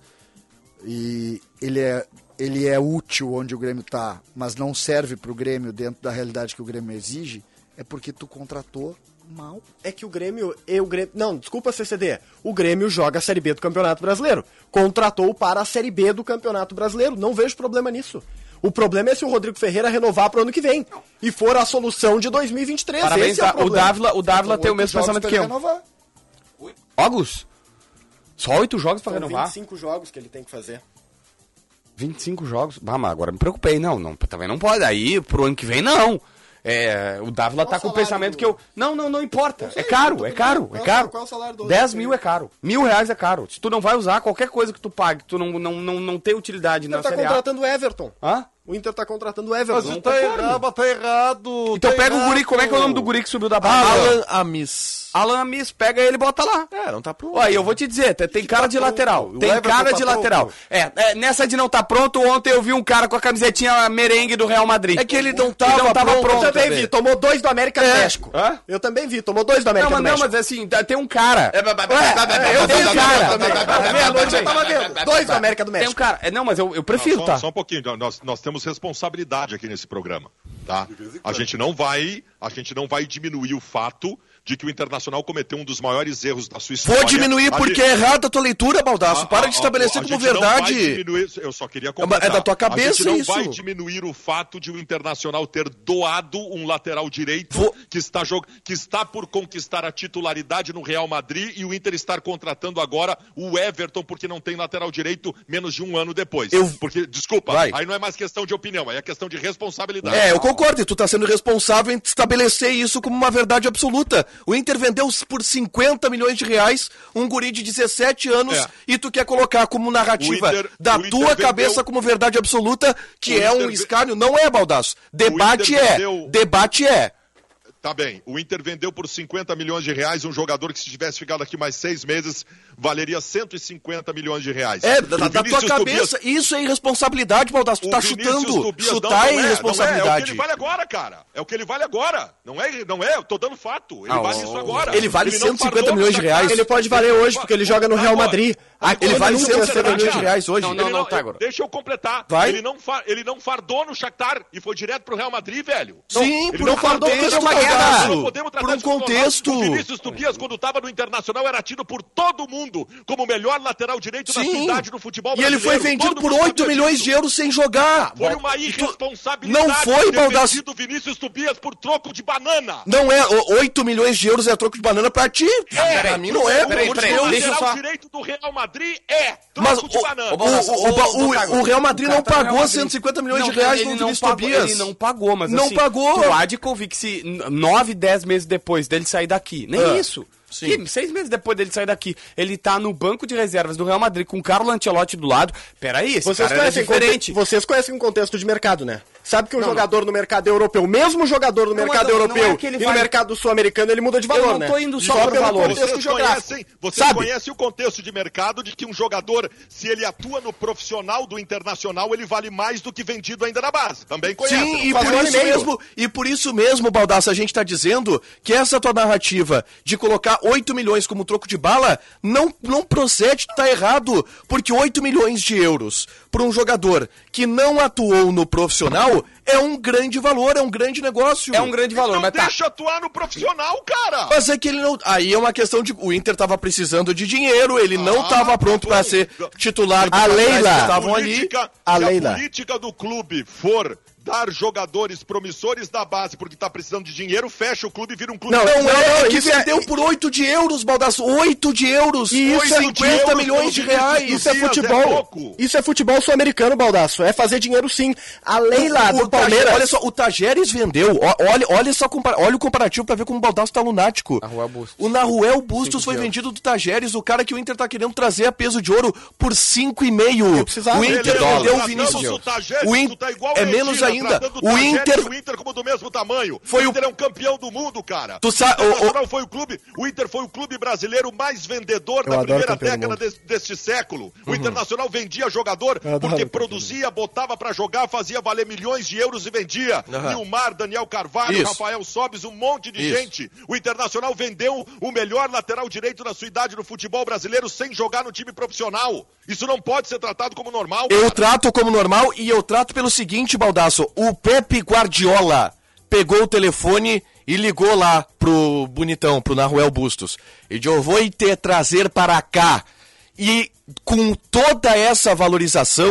D: e ele é, ele é útil onde o Grêmio tá, mas não serve pro Grêmio dentro da realidade que o Grêmio exige, é porque tu contratou mal.
F: É que o Grêmio... E o Grêmio não, desculpa, C C D. O Grêmio joga a Série B do Campeonato Brasileiro. Contratou para a Série B do Campeonato Brasileiro. Não vejo problema nisso. O problema é se o Rodrigo Ferreira renovar para o ano que vem. E for a solução de dois mil e vinte e três.
B: Parabéns,
F: Esse é o
B: da- o
F: problema.
B: Dávila, o Dávila
D: São
B: tem o
D: oito
B: mesmo
D: jogos
B: pensamento
D: pra
B: que
D: ele
B: eu.
D: renovar.
B: Jogos? Só oito jogos pra
F: São
B: renovar?
F: vinte e cinco jogos que ele tem que fazer.
B: vinte e cinco jogos? Ah, mas agora me preocupei. Não, não, também não pode. Aí, pro ano que vem, não. É, o Dávila
F: Qual
B: tá
F: o
B: com o
F: salário
B: pensamento
F: do-
B: que eu... Não, não, não importa.
F: Não sei,
B: É caro,
F: tô
B: é
F: pedindo.
B: caro, é
F: Qual-
B: caro.
F: qual o salário do
B: dez
F: outro?
B: mil é caro. Mil reais é caro. Se tu não vai usar, qualquer coisa que tu pague, tu não, não, não, não tem utilidade
F: O
B: na
F: Inter tá
B: Série A.
F: contratando o Everton.
B: Hã?
F: O Inter tá contratando o
G: Mas
F: Everton.
G: tá errado, mas tá errado.
B: Então
G: tá
B: pega o
G: errado.
B: guri, como é que é o nome do guri que subiu da base?
C: Alan Amis.
B: Alan Amis, pega ele e bota lá.
C: É, não tá pronto.
B: Olha, eu vou te dizer, tem, tem cara
G: tá
B: de
G: pronto?
B: lateral.
G: O
B: Tem
G: Everton
B: cara
G: tá
B: de
G: pronto?
B: lateral. É, é, nessa de não tá pronto, ontem eu vi um cara com a camisetinha merengue do Real Madrid.
C: É que ele não
B: Ele
C: tava,
B: não tava
C: pronto.
B: pronto.
F: Eu também vi, tomou dois do América do
B: É.
F: México.
B: Hã?
F: Eu também vi, tomou dois do
B: Não,
F: América
B: mas,
F: do
B: não,
F: México.
B: mas assim, tem um cara.
F: É, eu tenho um cara. Meia-noite eu tava vendo. Dois do América do
B: Tem um
F: México.
B: cara. É, não, mas eu, eu prefiro,
E: Não, só,
B: tá?
E: só um pouquinho, nós, nós temos responsabilidade aqui nesse programa, tá? A gente não vai, a gente não vai diminuir o fato de que o Internacional cometeu um dos maiores erros da sua história.
C: Vou diminuir
E: A
C: porque
E: gente-
C: é errada a tua leitura, Baldasso.
E: a-
C: Para
E: a-
C: de estabelecer
E: a
C: como
E: gente não vai
C: verdade.
E: diminuir- eu só queria
C: É
E: completar.
C: da tua
E: A
C: cabeça
E: gente não
C: isso.
E: vai diminuir o fato de o Internacional ter doado um lateral direito
C: Vou-
E: que, está jog... que está por conquistar a titularidade no Real Madrid e o Inter estar contratando agora o Everton porque não tem lateral direito menos de um ano depois.
C: Eu-
E: Porque, desculpa,
C: Vai.
E: aí não é mais questão de opinião, aí é questão de responsabilidade.
C: É, eu concordo. E tu tá sendo responsável em estabelecer isso como uma verdade absoluta. O Inter vendeu por cinquenta milhões de reais um guri de dezessete anos
E: É.
C: e tu quer colocar como narrativa
E: O Inter-
C: da
E: o Inter
C: tua
E: vendeu-
C: cabeça como verdade absoluta, que
E: O
C: é um
E: Inter ve-
C: escárnio. Não é, Baldasso. Debate
E: Inter
C: é.
E: vendeu-
C: Debate é.
E: Tá bem, o Inter vendeu por cinquenta milhões de reais um jogador que se tivesse ficado aqui mais seis meses, valeria cento e cinquenta milhões de reais.
C: É,
E: O
C: da, da tua
E: Vinícius
C: cabeça.
E: Tobias-
C: isso é irresponsabilidade, Baldasso. Tu
E: o
C: tá
E: Vinícius
C: chutando.
E: Tobias
C: Chutar
E: não, não
C: é
E: é, não é, é o
C: irresponsabilidade.
E: que ele vale agora, cara. É o que ele vale agora. Não é, não é, eu tô dando fato. Ele
B: Ah,
E: vale
B: o-
E: isso agora.
C: ele vale
E: não
C: cento e cinquenta
E: fardou
C: milhões de
E: no Shakhtar.
C: reais.
F: Ele pode valer hoje, porque ele joga no Real Madrid.
E: Ah,
C: Ele vale
E: não
C: cento e cinquenta
E: completar,
C: milhões de
E: cara.
C: reais hoje.
B: Não, não,
E: Ele
B: não, tá agora.
E: Deixa eu completar.
C: Vai.
E: Ele não, fa- ele não fardou no Shakhtar e foi direto pro Real Madrid, velho.
C: Sim,
E: Ele
C: por
E: não
C: um
E: fardou
C: contexto,
E: porque é uma guerra.
C: Baldasso.
E: Não podemos tratar
C: Por um
E: isso como normal.
C: contexto.
E: O Vinícius Tobias, quando estava no Internacional, era tido por todo mundo como o melhor lateral direito da
C: Sim.
E: cidade no futebol
C: E ele
E: brasileiro.
C: foi vendido
E: Todo
C: por
E: mundo
C: oito
E: sabia
C: milhões
E: disso.
C: de euros sem jogar.
E: Foi uma
C: Tu-
E: irresponsabilidade
C: Não foi,
E: ter
C: Baldasso.
E: vendido o Vinícius Tobias por troco de banana.
C: Não é, oito milhões de euros é troco de banana pra ti.
E: É,
C: pra mim não é,
B: peraí,
C: pelo amor de
B: peraí,
C: Deus.
B: deixa eu
E: lateral
B: só-
E: direito do Real Madrid é troco
C: Mas
E: de
C: o,
E: banana.
C: o, o, o, o- o Real Madrid
B: O cara
C: não
B: tá no Real
C: pagou
B: Madrid.
C: cento e cinquenta milhões
B: Não,
C: de reais
B: ele
C: no
B: não
C: Vinícius
B: pagou,
C: Tobias.
B: Ele não pagou, mas
C: Não
B: assim,
C: pagou.
B: tu há de convir que se n- nove, dez meses depois dele sair daqui, nem
C: Ah,
B: isso.
C: sim.
B: Que, seis meses depois dele sair daqui, ele tá no banco de reservas do Real Madrid com o Carlo Ancelotti do lado. Peraí, esse
F: Vocês
B: cara era
F: conhecem,
B: diferente.
F: conte- vocês conhecem o contexto de mercado, né? Sabe que um
B: Não,
F: jogador no mercado europeu, mesmo jogador no
B: Não,
F: mercado
B: não, não
F: europeu
B: é que ele
F: e
B: vai-
F: no mercado sul-americano, ele muda de valor,
B: Eu não
F: né?
B: tô indo só
F: Só
B: pro
F: pelo
B: valor.
F: contexto
E: Vocês
F: geográfico.
E: conhecem, vocês
F: Sabe?
E: conhecem o contexto de mercado de que um jogador, se ele atua no profissional do Internacional, ele vale mais do que vendido ainda na base. Também conhecem.
C: Sim, e
F: Faz
C: por,
F: um ano
C: isso
F: e meio.
C: mesmo, e por isso mesmo, Baldasso, a gente tá dizendo que essa tua narrativa de colocar oito milhões como troco de bala não, não procede, tá errado. Porque oito milhões de euros para um jogador que não atuou no profissional é um grande valor, é um grande negócio.
B: É um grande valor,
E: Não
B: mas tá.
E: deixa atuar no profissional, cara.
C: Mas é que ele não. Aí é uma questão de. O Inter tava precisando de dinheiro, ele não
E: Ah,
C: tava
E: tá
C: pronto
E: bom.
C: pra ser titular dos
F: A
C: atletas
F: Leila.
C: que estavam ali.
E: política,
F: A
E: se
F: Leila.
E: a política do clube for dar jogadores promissores da base porque tá precisando de dinheiro, fecha o clube e vira um clube.
F: Não,
C: Não,
F: Não,
C: é,
F: não,
C: que
F: isso é-
C: vendeu por oito de euros, Baldasso. oito de euros.
F: E isso é
C: cinquenta milhões de reais.
F: Isso é
E: Dias é
F: futebol.
E: pouco.
F: Isso é futebol sul-americano, Baldaço. É fazer dinheiro sim. A Leila
C: O-
F: do
C: o Tajeres-
F: Palmeiras.
C: Olha só, o Tajeres vendeu. Ó, Olha, olha, só, compara- olha o comparativo pra ver como o Baldasso tá lunático.
B: Naruel Bustos.
C: O Naruel Bustos foi
B: de
C: vendido do Tajeres, o cara que o Inter tá querendo trazer a peso de ouro por cinco e meio.
F: precisava.
C: O Inter
E: Beleza,
C: vendeu o
E: tratamos
C: Vinícius.
E: o Tajeres,
C: O In-
E: tu tá igual
C: é
E: a Medina,
C: menos ainda.
E: tratando
C: O
E: Tajeres
C: Inter
E: e o Inter como do mesmo tamanho.
C: Foi
E: o
C: o-
E: Inter é um campeão do mundo, cara.
C: Tu sa-
E: o,
C: o-
E: Internacional foi o clube, o Inter foi o clube brasileiro mais vendedor da
F: adoro
E: primeira
F: campeão do
E: década
F: mundo.
E: des- deste século. O Internacional vendia jogador
F: Eu adoro
E: porque
F: campeão
E: produzia, botava pra jogar, fazia valer milhões de euros e vendia.
C: Aham.
E: Nilmar, Daniel Carvalho,
C: Isso.
E: Rafael Sobis, um monte de
C: Isso.
E: gente. O Internacional vendeu o melhor lateral direito da sua idade no futebol brasileiro sem jogar no time profissional. Isso não pode ser tratado como normal.
C: Eu
E: cara.
C: trato como normal e eu trato pelo seguinte, Baldasso. O Pepe Guardiola pegou o telefone e ligou lá pro bonitão, pro Naruel Bustos. E disse, eu vou te trazer para cá. E com toda essa valorização,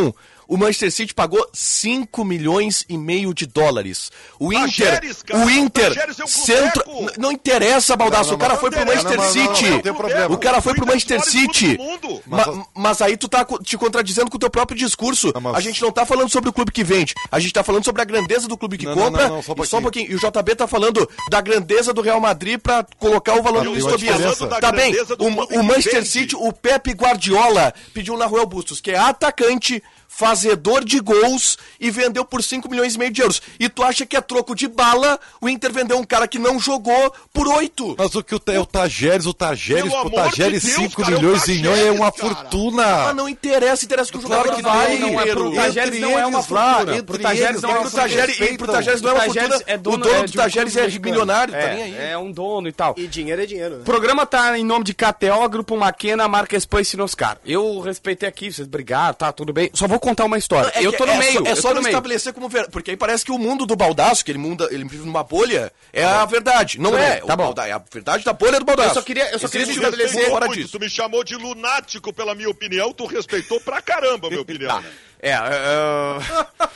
C: o Manchester City pagou cinco milhões e meio de dólares. O Inter,
E: Tajeres, cara,
C: o Inter,
E: Tajeres é um
C: centro...
E: clubeco.
C: N- Não interessa, Baldasso,
G: Não, não,
C: o cara
G: não,
C: foi pro
G: não,
C: Manchester
G: não, não, não,
C: City.
G: não tem problema.
C: O cara foi pro
E: O Inter
C: Manchester
E: é o maior
C: City.
E: clube do mundo.
C: Ma-
G: Mas-
C: Mas aí tu tá co- te contradizendo com o teu próprio discurso.
G: Não, mas-
C: A gente não tá falando sobre o clube que vende, a gente tá falando sobre a grandeza do clube que
G: Não, não,
C: compra.
G: não, não, só um
C: e só um
G: pouquinho.
C: pouquinho. E o J B tá falando da grandeza do Real Madrid pra colocar o valor
G: Mas
C: do
G: tem
C: Luiz
G: uma
C: Tobias.
G: diferença.
E: Da
C: Tá bem,
E: grandeza do
C: o,
E: clube
C: o
E: que
C: Manchester
E: vende.
C: City, o Pepe Guardiola pediu na Ruel Bustos, que é atacante, fazedor de gols e vendeu por cinco milhões e meio de euros. E tu acha que é troco de bala o Inter vendeu um cara que não jogou por oito?
G: Mas o que o, é o Tajeres, o Tajeres,
E: Pelo
G: o
E: amor
G: Tajeres
E: de Deus,
G: cinco
E: cara, é o
G: milhões e
E: Tajeres,
G: é uma
E: cara.
G: fortuna.
C: Ah, não interessa, interessa que o
G: Claro
C: jogador
G: que
C: vai.
G: não,
B: não é pro
C: Pedro.
B: Tajeres
G: Entre
B: não é uma
G: eles lá,
B: fortuna.
G: entre
B: Pro Tajeres
G: eles
B: não é
G: lá,
B: uma
C: E pro
B: fortuna.
C: Tajeres, e pro Tajeres não é uma
B: Tajeres
C: fortuna.
B: é dono,
C: o dono
B: é
C: do
B: de um
C: Tajeres
B: clube
C: é
B: mexicano.
C: milionário, tá
B: É,
C: nem aí.
B: É um dono e tal.
F: E dinheiro é dinheiro, né?
B: O programa tá em nome de K T O, Grupo Maquena, Marca Espan e Sinoscar. Eu respeitei aqui, vocês brigaram, tá, tudo bem. Só vou contar uma história.
C: É
B: eu
C: que
B: tô no
C: é
B: meio,
C: Só, é
B: eu
C: só
B: tô
C: não
B: no meio.
C: estabelecer como ver, porque aí parece que o mundo do Baldaço, que ele, mundo, ele vive numa bolha, é a verdade. Não
B: Tudo
C: é.
B: bem, tá
C: O
B: bom.
C: Balda- é a verdade da bolha do Baldaço.
B: Eu só queria, eu só queria
C: Existe
B: te
C: um
B: estabelecer...
C: respeito fora
E: Muito,
C: disso.
E: tu me chamou de lunático pela minha opinião, tu respeitou pra caramba a minha opinião.
B: É, eu...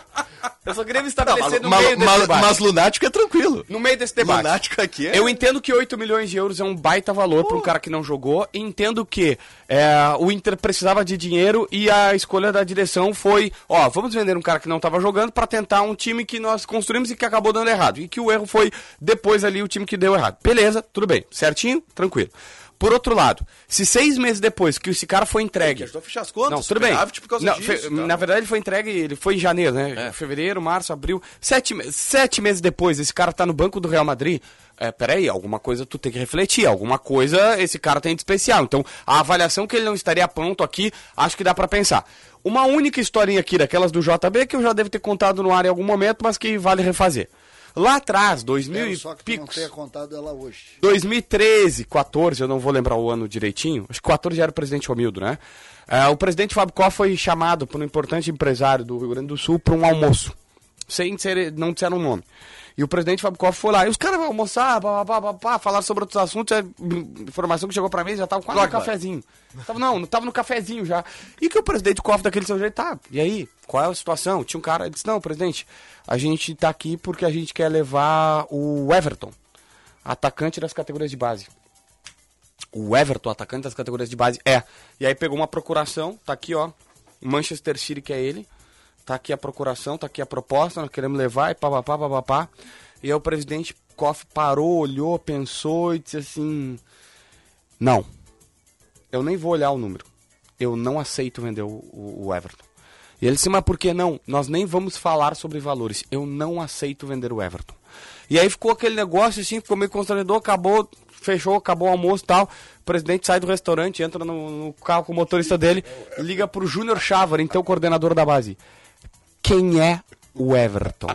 B: eu só queria me estabelecer no
C: Mas-
B: meio desse
C: mas-
B: debate.
C: mas lunático é tranquilo.
B: No meio desse debate.
C: Lunático aqui é...
B: Eu entendo que oito milhões de euros é um baita valor para um cara que não jogou. E entendo que é, o Inter precisava de dinheiro e a escolha da direção foi: ó, vamos vender um cara que não estava jogando para tentar um time que nós construímos e que acabou dando errado. E que o erro foi depois ali o time que deu errado. Beleza, tudo bem. Certinho, tranquilo. Por outro lado, se seis meses depois que esse cara foi entregue...
C: Ajudou a fechar as contas.
B: Não, tudo bem.
C: superávit por causa
B: Não,
C: disso,
B: fe-
C: tá?
B: Na verdade, ele foi entregue, ele foi em janeiro, né?
C: É.
B: Fevereiro, março, abril. Sete, me- sete meses depois, esse cara tá no banco do Real Madrid. É, peraí, alguma coisa tu tem que refletir, alguma coisa esse cara tem de especial. Então, a avaliação que ele não estaria pronto aqui, acho que dá pra pensar. Uma única historinha aqui daquelas do J B que eu já devo ter contado no ar em algum momento, mas que vale refazer. Lá atrás, dois mil
D: Espero
B: e
D: só que tu não
B: picos.
D: tenha contado ela hoje.
B: dois mil e treze, quatorze, eu não vou lembrar o ano direitinho. Acho que quatorze já era o presidente Romildo, né? É, o presidente Fábio Koff foi chamado por um importante empresário do Rio Grande do Sul para um almoço. Sem ser, não disseram o nome. E o presidente Fábio Koff foi lá. E os caras vão almoçar, pá, pá, pá, pá, falaram sobre outros assuntos. A informação que chegou pra mim já tava quase no cafezinho. Tava, não, não tava no cafezinho já. E que o presidente Koff daquele seu jeito, tá, e aí? Qual é a situação? Tinha um cara, ele disse, não, presidente, a gente tá aqui porque a gente quer levar o Everton, atacante das categorias de base. O Everton, atacante das categorias de base, é. E aí pegou uma procuração, tá aqui, ó, Manchester City, que é ele. Tá aqui a procuração, tá aqui a proposta, nós queremos levar e papapá, papapá. E aí o presidente Koff parou, olhou, pensou e disse assim: não, eu nem vou olhar o número. Eu não aceito vender o, o, o Everton. E ele disse, mas por que não? Nós nem vamos falar sobre valores. Eu não aceito vender o Everton. E aí ficou aquele negócio assim, ficou meio constrangedor, acabou, fechou, acabou o almoço e tal. O presidente sai do restaurante, entra no, no carro com o motorista dele, liga pro Júnior Chávar, então coordenador da base. Quem é o Everton?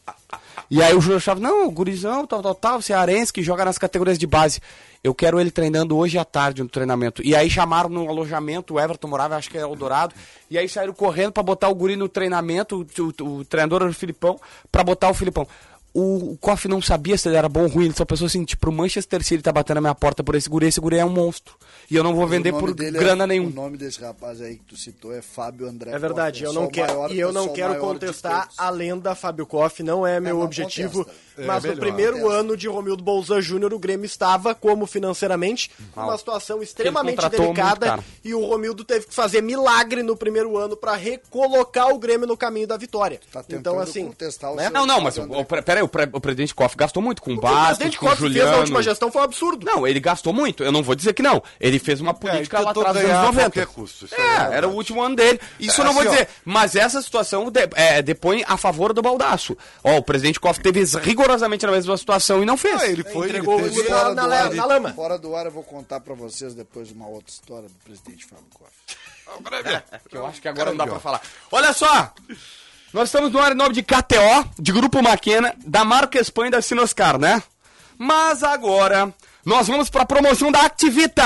B: E aí o Júnior Chávar, não, o gurizão, tal, tal, tal, cearense, que joga nas categorias de base. Eu quero ele treinando hoje à tarde no treinamento. E aí chamaram no alojamento, o Everton morava, acho que era Eldorado, e aí saíram correndo pra botar o guri no treinamento, o, o, o treinador era o Filipão, pra botar o Filipão. O, o Koff não sabia se ele era bom ou ruim, ele só pensou assim, tipo, o Manchester City tá batendo na minha porta por esse guri, esse guri é um monstro. E eu não vou vender
D: O nome
B: por
D: dele
B: grana
D: é,
B: nenhum.
D: O nome desse rapaz aí que tu citou é Fábio André
F: É verdade,
D: Koff.
F: eu
D: É
F: não
D: só o
F: quero,
D: maior-
F: e eu
D: é
F: não
D: só o
F: quero
D: maior de
F: contestar
D: todos.
F: a lenda Fábio Koff, não é meu
D: não
F: objetivo,
D: contesta.
F: mas
G: É,
F: no
G: melhor.
F: primeiro
D: Contesta.
F: ano de Romildo Bolzan Júnior o Grêmio estava, como financeiramente, numa situação extremamente
B: contratou muito,
F: delicada,
B: cara.
F: e o Romildo teve que fazer milagre no primeiro ano para recolocar o Grêmio no caminho da vitória.
D: Tá tentando
F: Então assim,
D: contestar o
F: né?
D: seu-
B: Não, não, mas o,
D: Fábio André.
B: o, peraí, o, pre- o presidente Koff gastou muito com o
F: o que o
B: Bastos,
F: presidente
B: com o
F: Koff fez na
B: Juliano.
F: última gestão foi um absurdo.
B: Não, ele gastou muito, eu não vou dizer que não. Ele fez uma política lá
G: tentou
B: atrás dos
G: ganhar
B: anos
G: a
B: noventa.
G: qualquer custo, isso
B: É,
G: é verdade.
B: era o último ano dele. Isso
G: É,
B: eu não vou
G: assim, ó.
B: dizer. Mas essa situação de, é, depõe a favor do Baldaço. Ó, o presidente Koff teve rigorosamente na mesma situação e não fez.
G: Ah, ele foi, ele
F: Entregou
G: teve...
F: o-
D: Fora
F: na-
D: do
F: na-
D: ar,
F: na lama.
D: Fora do ar eu vou contar pra vocês depois uma outra história do presidente Fábio Koff.
B: Que eu acho que agora não dá pra falar. Olha só! Nós estamos no ar em nome de K T O, de Grupo Maquena, da Marca Espan e da Sinoscar, né? Mas agora, nós vamos pra promoção da Activita.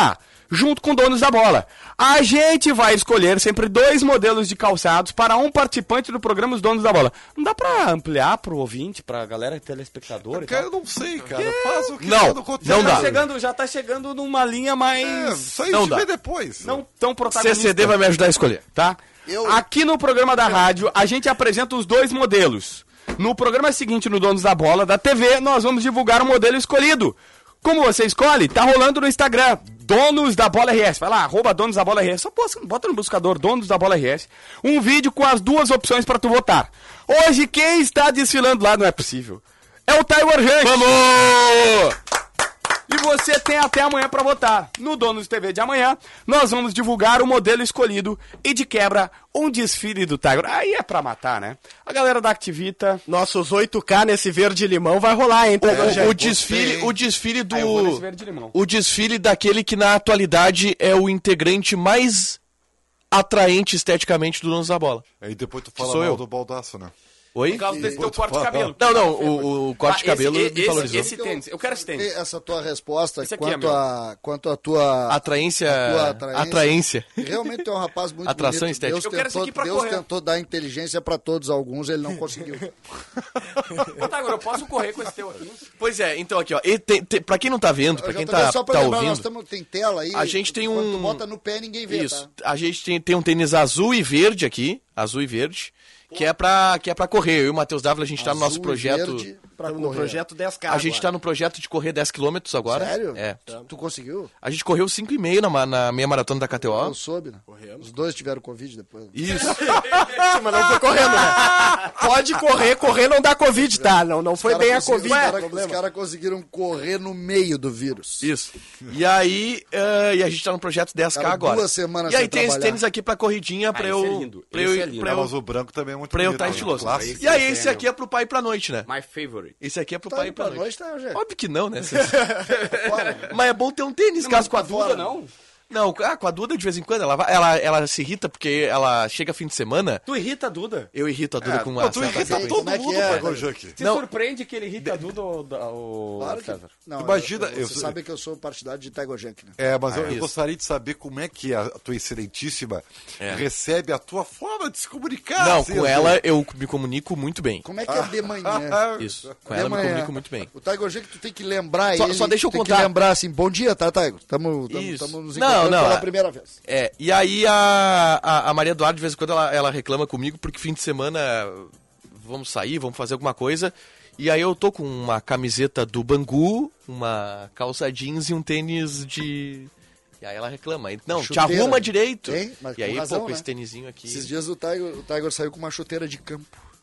B: junto com donos da bola. A gente vai escolher sempre dois modelos de calçados para um participante do programa Os Donos da Bola. Não dá pra ampliar pro ouvinte, pra galera telespectadora e
G: Cara,
B: tal?
G: eu não sei, cara. Faz o que
C: Não,
G: tá no conteúdo.
C: não
B: já,
C: dá.
B: tá chegando, já tá chegando numa linha mais...
G: É, isso aí
C: Não
G: a gente
C: dá.
G: vê depois.
B: Não tão
C: C
B: protagonista.
C: C D vai me ajudar a escolher.
B: Tá?
D: Eu-
B: Aqui no programa da rádio, a gente apresenta os dois modelos. No programa seguinte, no Donos da Bola, da T V, nós vamos divulgar o modelo escolhido. Como você escolhe? Tá rolando no Instagram, Donos da Bola R S. Vai lá, arroba Donos da Bola R S. Só bota, bota no buscador, Donos da Bola R S. Um vídeo com as duas opções pra tu votar. Hoje, quem está desfilando lá, não é possível, é o Tiger Ranch.
C: Vamos!
B: E você tem até amanhã pra votar. No Donos T V de amanhã, nós vamos divulgar o modelo escolhido e de quebra, um desfile do Tiger. Aí é pra matar, né? A galera da Activita...
F: Nossos oito K nesse verde limão vai rolar, hein, Tiger
C: O,
F: Junk?
C: o desfile, o desfile do.
B: Ah, eu vou nesse verde limão.
C: O desfile daquele que na atualidade é o integrante mais atraente esteticamente do Donos da Bola.
G: Aí depois tu fala
C: sou
G: mal
C: eu.
G: do baldaço, né?
C: Oi?
B: Por causa desse teu
G: Outro
B: corte de
G: fala.
B: cabelo.
C: Não, não, o, o corte de
B: Ah,
C: cabelo
B: esse,
C: me
B: esse,
C: valorizou.
B: esse tênis, eu quero esse tênis.
D: Essa tua resposta
B: Esse aqui é
D: quanto,
B: meu.
D: a, quanto a tua...
C: Atraência.
D: a tua atraência.
C: Atraência.
D: Realmente tu é um rapaz muito
C: Atração
D: bonito.
C: estética.
D: Deus,
B: Eu quero esse
D: tentou,
B: aqui pra
D: Deus
B: correr.
D: tentou dar inteligência pra todos, alguns ele não conseguiu.
B: Ô, Tiger, eu posso correr com esse teu aqui?
C: Pois é, então aqui, ó. E tem, tem, pra quem não tá vendo, pra quem
D: J B,
C: tá,
D: só pra
C: tá
D: lembrar, nós
C: ouvindo.
D: tamo, tem tela aí.
C: A gente tem
D: quando
C: um-
D: tu bota no pé, ninguém vê,
C: Isso.
D: tá?
C: A gente tem, tem um tênis azul e verde aqui. Azul e verde. Que é, pra, que é pra correr. Eu e o Matheus Dávila, a gente tá no nosso
D: Azul e
C: projeto.
D: verde pra
F: Estamos no
D: correr.
F: projeto dez K
C: A gente
F: agora.
C: tá no projeto de correr dez quilômetros agora.
D: Sério?
C: É.
D: Tu conseguiu?
C: A gente correu cinco e meio na, ma- na meia maratona da K T O.
D: Eu soube, né? Os dois tiveram Covid depois.
C: Isso.
F: Sim, mas não foi correndo, né? Pode correr, correr não dá Covid, tá? Não, não foi
D: Os caras
F: bem a
D: conseguiram-
F: Covid.
D: Os
F: o
D: caras
F: problema.
D: cara conseguiram correr no meio do vírus.
C: Isso. E aí, eh, e a gente tá no projeto dez K
D: Cara,
C: agora.
D: duas semanas
C: e aí
D: sem
C: tem esse
D: trabalhar.
C: tênis aqui pra corridinha pra
B: Ah,
C: eu.
B: esse é lindo.
C: Pra
B: Esse
C: eu,
B: é lindo.
C: pra
G: É,
C: eu,
G: mas o branco também é muito
C: pra eu
G: bonito,
C: tá
G: né?
C: estiloso.
G: Clássico.
C: E aí
B: Esse
C: esse
B: é
C: aqui é pro pai e pra noite, né?
B: My favorite.
C: Esse aqui é pro
D: Tá
C: pai
D: aí
C: e pra
D: pra
C: noite.
D: noite, tá, gente?
C: Óbvio que não, né?
D: Fora.
C: Mas é bom ter um tênis, caso
B: Com a Duda,
D: fora.
B: não?
C: Não, ah, com a Duda de vez em quando, ela, vai- ela, ela se irrita porque ela chega fim de semana,
B: Tu irrita a Duda.
C: eu irrito a Duda
G: É,
C: com
G: pô,
C: uma
G: tu
C: certa
G: irrita
C: frequência.
G: todo
D: Como é que
G: mundo,
D: é?
G: Tiger Junk.
B: Te
C: Não.
B: surpreende que ele irrita a Duda ou o
D: Claro que...
B: César?
D: Não,
G: Imagina,
D: eu-
G: eu-
D: você sabe que eu sou partidário de Tiger Junk, né?
G: É, mas eu, eu
C: isso.
G: gostaria de saber como é que a tua excelentíssima
C: É.
G: recebe a tua forma de se comunicar.
C: Não,
G: assim,
C: com
G: assim.
C: ela eu me comunico muito bem.
D: Como é que é de manhã?
C: Isso, com
D: De
C: ela eu me
D: manhã.
C: comunico muito bem.
D: O Tiger Junk, tu tem que lembrar
C: Só-
D: ele.
C: só deixa eu
D: tem
C: contar.
D: que lembrar assim, bom dia, tá, Tiger? Tamo, tamo,
C: Isso.
D: tamo nos
C: Não,
D: encontrando
C: não,
D: pela
C: é-
D: primeira vez.
C: É, e aí a, a, a Maria Eduardo, de vez em quando, ela, ela reclama comigo porque fim de semana vamos sair, vamos fazer alguma coisa. E aí eu tô com uma camiseta do Bangu, uma calça jeans e um tênis de... E aí ela reclama. Não,
D: Chuteira.
C: te arruma direito.
D: Tem, mas
C: e aí,
D: com razão,
C: pô, com
D: né?
C: esse tênisinho aqui
D: Esses dias o Tiger, o Tiger saiu com uma chuteira de campo.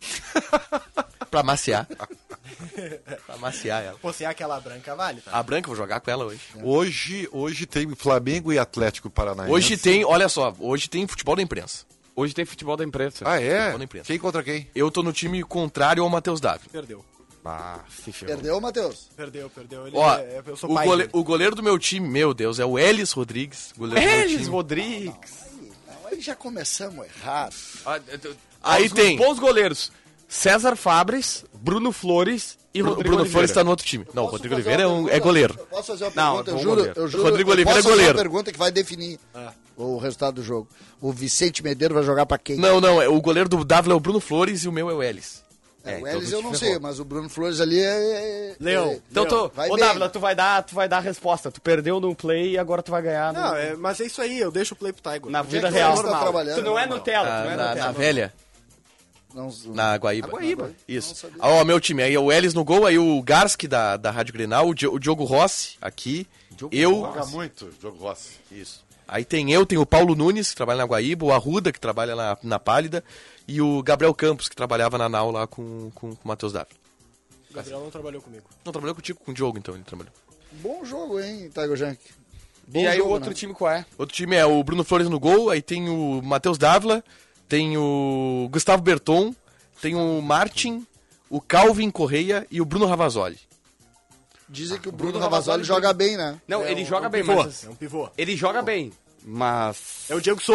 C: pra maciar. Pra maciar ela.
F: Pô, se é aquela branca, vale, tá?
C: A Branca, eu vou jogar com ela hoje.
G: Hoje, hoje tem Flamengo e Atlético Paranaense.
C: Hoje tem, olha só, hoje tem futebol da imprensa.
B: Hoje tem futebol da imprensa.
G: Ah, é?
C: Futebol da imprensa.
G: Quem contra quem?
C: Eu tô no time contrário ao Matheus Dávila.
F: Perdeu.
B: Ah, se ferrou.
D: Perdeu, Matheus?
F: Perdeu, perdeu. Ele
C: Ó,
F: é, eu sou
C: o,
F: pai
C: gole-
F: dele.
C: o goleiro do meu time, meu Deus, é o Elis Rodrigues. Goleiro do meu
B: Elis
C: time.
B: Rodrigues.
D: Não, aí já começamos errado.
B: Ah, tu-
C: Aí
B: os
C: tem-
B: bons goleiros. César Fabres, Bruno Flores e
C: O
B: Rodrigo
C: Bruno
B: Oliveira.
C: Flores tá no outro time. Não, o
D: Posso
C: Rodrigo
D: fazer
C: Oliveira é,
D: uma
C: um, é
D: pergunta?
C: goleiro.
D: Eu posso fazer uma
B: Não,
D: pergunta?
B: é
D: eu
B: bom
D: juro,
B: goleiro.
D: eu juro.
C: Rodrigo
D: eu
C: Oliveira
D: posso
C: é
D: fazer
C: goleiro.
D: uma pergunta que vai definir o resultado do jogo. O Vicente Medeiros vai jogar pra quem?
C: Não, não, é, o goleiro do Dávila é o Bruno Flores e o meu é o Elis.
D: É,
C: É,
D: o
C: então
D: Elis
C: tu
D: eu
C: te
D: não
C: ferrou.
D: sei, mas o Bruno Flores ali é... é-
F: Leão.
D: é-
B: Então tu,
D: Vai
B: ô
D: bem.
B: Dávila, tu vai dar, tu vai dar a resposta. Tu perdeu no play e agora tu vai ganhar no-
F: Não, é, mas é isso aí, eu deixo o play pro Tiger.
B: na
D: Onde
B: vida
D: é que
B: real.
D: tu tá trabalhando?
B: Tu não é
D: Normal.
B: Nutella, tu
C: Na,
B: não é
C: na,
B: Nutella.
C: na velha,
D: Não,
C: na Guaíba.
B: Na Guaíba.
C: Isso.
D: Não sabia.
C: Ó, meu time, aí é o Elis no gol, aí o Garski da, da Rádio Grenal, o, Di- o Diogo Rossi aqui, eu...
G: Joga muito, Diogo Rossi.
C: Isso. Aí tem eu, tem o Paulo Nunes, que trabalha na Guaíba, o Arruda, que trabalha na, na Pálida, e o Gabriel Campos, que trabalhava na Nau lá com, com, com o Matheus Dávila.
F: O Gabriel não trabalhou comigo.
C: Não, trabalhou contigo, com o Diogo, então, ele trabalhou.
D: Bom jogo, hein, Tiger Junk? Bom
B: E aí
D: jogo,
B: o outro
D: né?
B: time qual é?
C: Outro time é o Bruno Flores no gol, aí tem o Matheus Dávila, tem o Gustavo Berton, tem o Martin, o Calvin Correia e o Bruno Ravazoli.
D: Dizem que o Bruno,
B: Bruno
D: Ravazoli
B: Ravazoli
D: joga bem, né?
B: Não,
F: É
B: ele
F: um-
B: joga
F: é um
B: bem,
F: pivô,
B: mas...
F: É um pivô.
B: Ele joga bem, mas...
F: É o Diego Souza.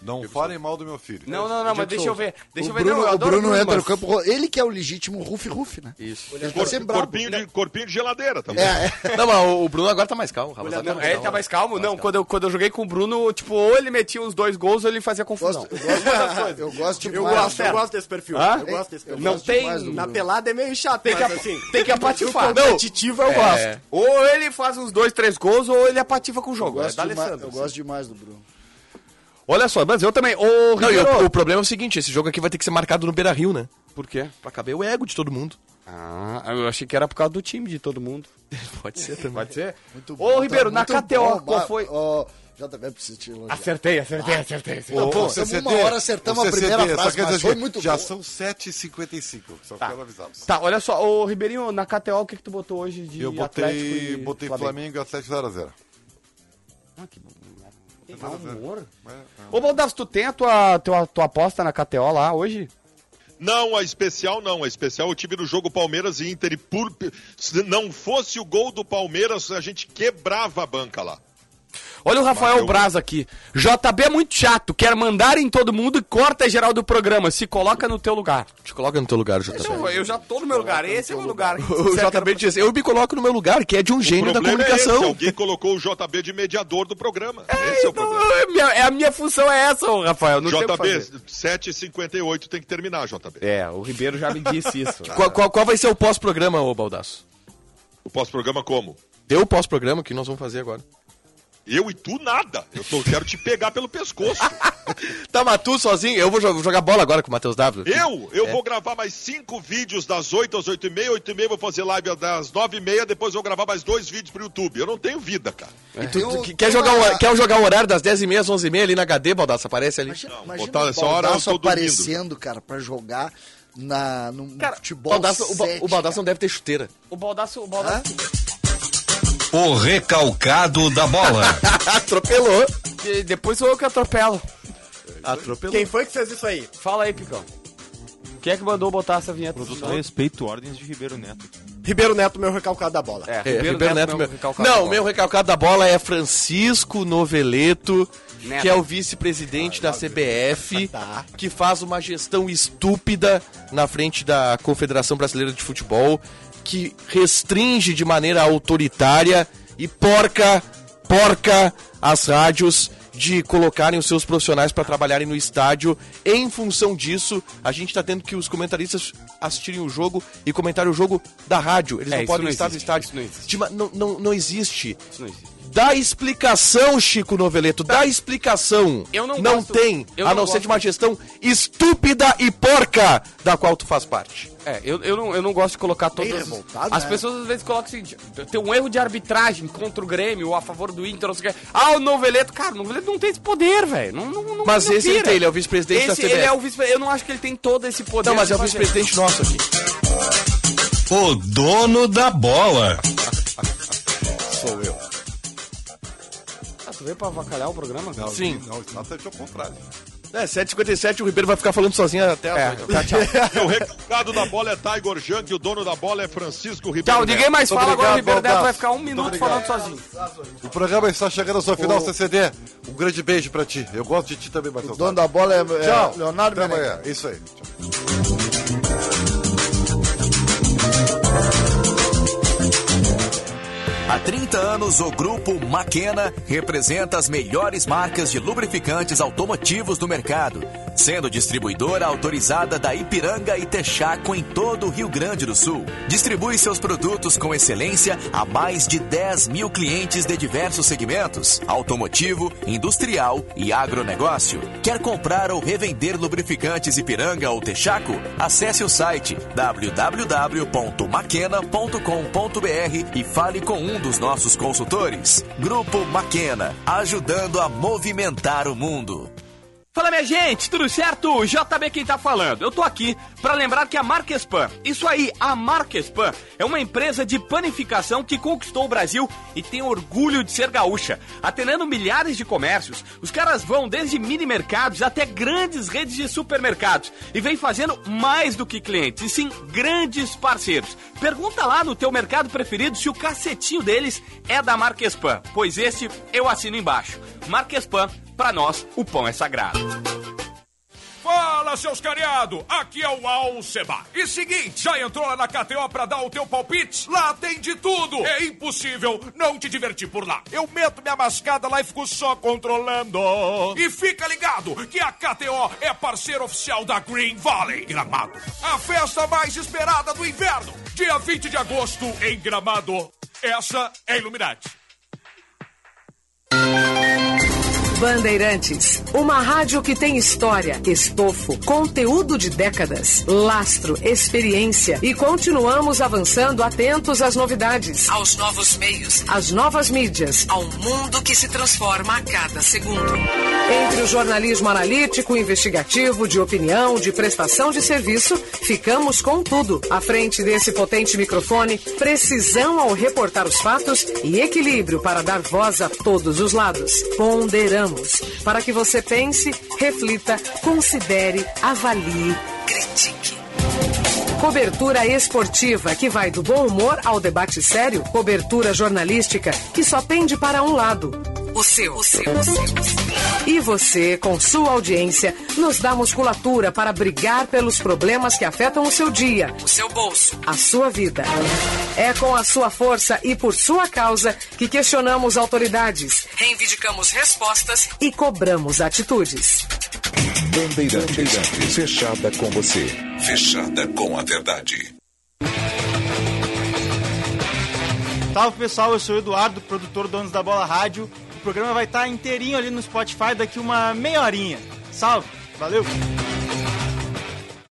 G: Não falem mal do meu filho.
B: Não, não, não, mas deixa eu ver. Deixa
D: o
B: eu ver.
D: Bruno,
B: Não, eu
D: o
B: adoro
D: Bruno
B: Bruno,
D: entra
B: mas-
D: no campo, ele que é o legítimo rufi-rufi, né?
C: Isso.
D: Ele tá
E: Cor-
D: sempre bravo.
E: corpinho, de, corpinho de geladeira também.
D: É, é.
C: Não, mas o Bruno agora tá mais calmo. O Ramazzotti
B: Não,
C: tá mais
B: ele
C: calmo.
B: tá mais calmo? Não, quando eu, quando eu joguei com o Bruno, tipo, ou ele metia os dois gols ou ele fazia confusão.
D: Gosto, eu, gosto, eu gosto
F: Eu
D: demais.
F: gosto, eu gosto desse perfil.
B: Hã?
F: Eu gosto desse perfil.
B: Não
D: gosto
B: tem...
D: demais do
F: Na
D: Bruno.
F: pelada é meio chato,
B: Tem que,
F: mas
B: ap-
F: assim...
B: tem que apatifar.
F: O competitivo eu
C: É.
F: gosto.
B: Ou ele faz uns dois, três gols, ou ele apatifa com o
D: Eu
B: jogo. É
D: gosto,
B: da
D: demais,
B: Alessandro.
D: eu gosto demais do Bruno.
B: Olha só, mas eu também. Ô,
C: Não, e
B: Ribeiro...
C: o, o problema é o seguinte, esse jogo aqui vai ter que ser marcado no Beira-Rio, né?
B: Por quê?
C: Pra caber o ego de todo mundo.
B: Ah, eu achei que era por causa do time de todo mundo.
C: Pode ser também.
B: Pode ser?
D: Muito
B: Ô, Ribeiro, na
D: muito
B: K T O,
D: bom,
B: qual
D: mas-
B: foi...
D: Ó, já também preciso te elogiar.
B: Acertei, acertei, acertei. acertei.
D: Não, pô,
G: Ô,
D: estamos
G: C C D,
D: uma hora acertamos
G: ô,
D: a primeira
G: C C D,
D: frase,
G: só quer
D: mas
G: dizer,
D: foi muito
G: já
D: bom.
G: são sete e cinquenta e cinco, só
B: Tá.
G: quero avisá-los.
B: Tá, olha só, ô Ribeirinho, na K T O, o que que tu botou hoje de
G: Eu botei,
B: Atlético e
G: botei Flamengo e Atlético zero a zero.
B: Ah, que mau humor. Ô, Baldassi, tu tem a tua, tua, tua aposta na K T O lá hoje?
E: Não, a especial não. A especial eu tive no jogo Palmeiras e Inter. E por... se não fosse o gol do Palmeiras, a gente quebrava a banca lá.
B: Olha o Rafael
E: Bateu.
B: Braz aqui. J B é muito chato, quer mandar em todo mundo e corta geral do programa. Se coloca no teu lugar.
C: Te coloca no teu lugar, J B.
B: Então, eu já tô no meu lugar, esse é o meu lugar.
C: O J B diz, eu me coloco no meu lugar, que é de um gênio da
E: problema é esse,
C: comunicação.
E: alguém colocou o J B de mediador do programa. esse é o
B: Então,
E: problema.
B: é minha- é a minha função é essa, ô, Rafael. Não tem o que
E: J B,
B: fazer.
E: sete e cinquenta e oito tem que terminar, J B.
B: É, o Ribeiro já me disse isso.
C: Qual, qual, qual vai ser o pós-programa, ô Baldasso?
E: O pós-programa como?
C: Deu o pós-programa que nós vamos fazer agora.
E: Eu e tu, nada. Eu tô, quero te pegar pelo pescoço.
C: Tá, mas tu sozinho? Eu vou jo- jogar bola agora com o Matheus W.
E: Eu? Eu vou gravar mais cinco vídeos das oito às oito e meia, oito e meia vou fazer live das nove e meia, depois vou gravar mais dois vídeos pro YouTube. Eu não tenho vida, cara.
C: E tu, tu
D: Eu-
C: que- quer,
D: tem
C: jogar
D: uma-
C: o, quer jogar o horário das dez e meia às onze e meia ali na H D, Baldasso? Aparece ali.
D: Imagina,
E: Não,
D: imagina
E: botar
D: o
E: essa hora eu
D: Baldasso
E: tô dormindo.
D: aparecendo, cara, pra jogar na, no
C: Cara,
D: futebol
C: Baldasso, o, Ba-
D: sete,
C: o Baldasso não
D: cara.
C: deve ter chuteira.
B: O Baldasso, o Baldasso
A: O recalcado da bola.
C: Atropelou.
B: e depois sou eu que atropelo.
C: Atropelou.
F: Quem foi que fez isso aí?
B: Fala aí, Picão. Quem é que mandou botar essa vinheta?
H: Produto a respeito, ordens de Ribeiro Neto.
F: Ribeiro Neto, meu recalcado da bola.
B: É,
C: É, Ribeiro Neto, meu...
B: recalcado da
C: Não,
B: bola.
C: o meu recalcado da bola é Francisco Noveleto,
B: Neto.
C: que é o vice-presidente da C B F,
F: Tá.
C: que faz uma gestão estúpida na frente da Confederação Brasileira de Futebol, que restringe de maneira autoritária e porca, porca as rádios de colocarem os seus profissionais para trabalharem no estádio. Em função disso, a gente está tendo que os comentaristas assistirem o jogo e comentarem o jogo da rádio. Eles
B: É,
C: não
B: isso
C: podem
B: não
C: estar no
B: existe,
C: estádio.
B: isso não existe.
C: De ma- Não, não, não existe.
B: Isso não existe.
C: Dá explicação, Chico Noveleto, dá explicação.
B: Eu não
C: Não
B: gosto-
C: tem,
B: eu
C: a
B: não
C: não ser
B: gosto-
C: de uma gestão estúpida e porca da qual tu faz parte.
B: É, eu, eu, não, eu não gosto de colocar todas...
F: Bem revoltado,
B: As
F: né?
B: pessoas às vezes colocam o seguinte, tem um erro de arbitragem contra o Grêmio ou a favor do Inter, não sei o que. Ah, o Noveleto, cara, o Noveleto não tem esse poder, velho. Não, não, não,
C: Mas
B: não
C: esse ele
B: pira.
C: tem, ele é o vice-presidente da
B: Esse,
C: C B F.
B: ele é o vice Eu não acho que ele tem todo esse poder.
C: Não, mas
B: de
C: é o
B: fazer.
C: vice-presidente nosso aqui.
A: O dono da bola.
C: Sou eu.
B: Ah, tu veio pra avacalhar o programa?
G: Não,
C: Sim.
G: Não, exatamente ao contrário.
C: É, sete e cinquenta e sete, o Ribeiro vai ficar falando sozinho até a
B: É, tá, tchau.
E: O recado da bola é Tiger Junk e o dono da bola é Francisco Ribeiro.
B: Tchau, ninguém
E: Neto.
B: mais
G: Muito
B: fala, agora o
G: obrigado,
B: Ribeiro Neto
G: Baldasso.
B: vai ficar um minuto falando sozinho.
G: O programa está chegando ao seu final, C C D. Um grande beijo pra ti. Eu gosto de ti também,
D: O
G: Matheus.
D: dono da bola é, é
G: Tchau.
D: Leonardo
G: Até
D: Meneghelli.
G: amanhã. Isso aí. Tchau.
I: Há trinta anos, o Grupo Maquena representa as melhores marcas de lubrificantes automotivos do mercado, sendo distribuidora autorizada da Ipiranga e Texaco em todo o Rio Grande do Sul. Distribui seus produtos com excelência a mais de dez mil clientes de diversos segmentos: automotivo, industrial e agronegócio. Quer comprar ou revender lubrificantes Ipiranga ou Texaco? Acesse o site w w w ponto maquena ponto com ponto b r e fale com um dos nossos consultores. Grupo Maquena, ajudando a movimentar o mundo.
B: Fala, minha gente, tudo certo? J B quem tá falando. Eu tô aqui pra lembrar que a Marquespan, isso aí, a Marquespan, é uma empresa de panificação que conquistou o Brasil e tem orgulho de ser gaúcha. Atendendo milhares de comércios, os caras vão desde mini mercados até grandes redes de supermercados e vem fazendo mais do que clientes, e sim grandes parceiros. Pergunta lá no teu mercado preferido se o cacetinho deles é da Marquespan, pois esse eu assino embaixo. Marquespan, pra nós, o pão é sagrado.
J: Fala, seus cariado! Aqui é o Alceba. E seguinte, já entrou lá na K T O pra dar o teu palpite? Lá tem de tudo! É impossível não te divertir por lá. Eu meto minha mascada lá e fico só controlando. E fica ligado que a K T O é parceiro oficial da Green Valley Gramado. A festa mais esperada do inverno. Dia vinte de agosto em Gramado. Essa é Illuminati.
K: Bandeirantes, uma rádio que tem história, estofo, conteúdo de décadas, lastro, experiência e continuamos avançando atentos às novidades, aos novos meios, às novas mídias, ao mundo que se transforma a cada segundo. Entre o jornalismo analítico, investigativo, de opinião, de prestação de serviço, ficamos com tudo. À frente desse potente microfone, precisão ao reportar os fatos e equilíbrio para dar voz a todos os lados. Ponderamos para que você pense, reflita, considere, avalie, critique. Cobertura esportiva que vai do bom humor ao debate sério. Cobertura jornalística que só pende para um lado. O seu, o seu, o seu. E você, com sua audiência, nos dá musculatura para brigar pelos problemas que afetam o seu dia, o seu bolso, a sua vida. É com a sua força e por sua causa que questionamos autoridades, reivindicamos respostas e cobramos atitudes.
L: Bandeirantes, fechada com você, fechada com a verdade.
M: Salve pessoal, eu sou o Eduardo, produtor Donos da Bola Rádio. O programa vai estar inteirinho ali no Spotify daqui uma meia horinha. Salve, valeu!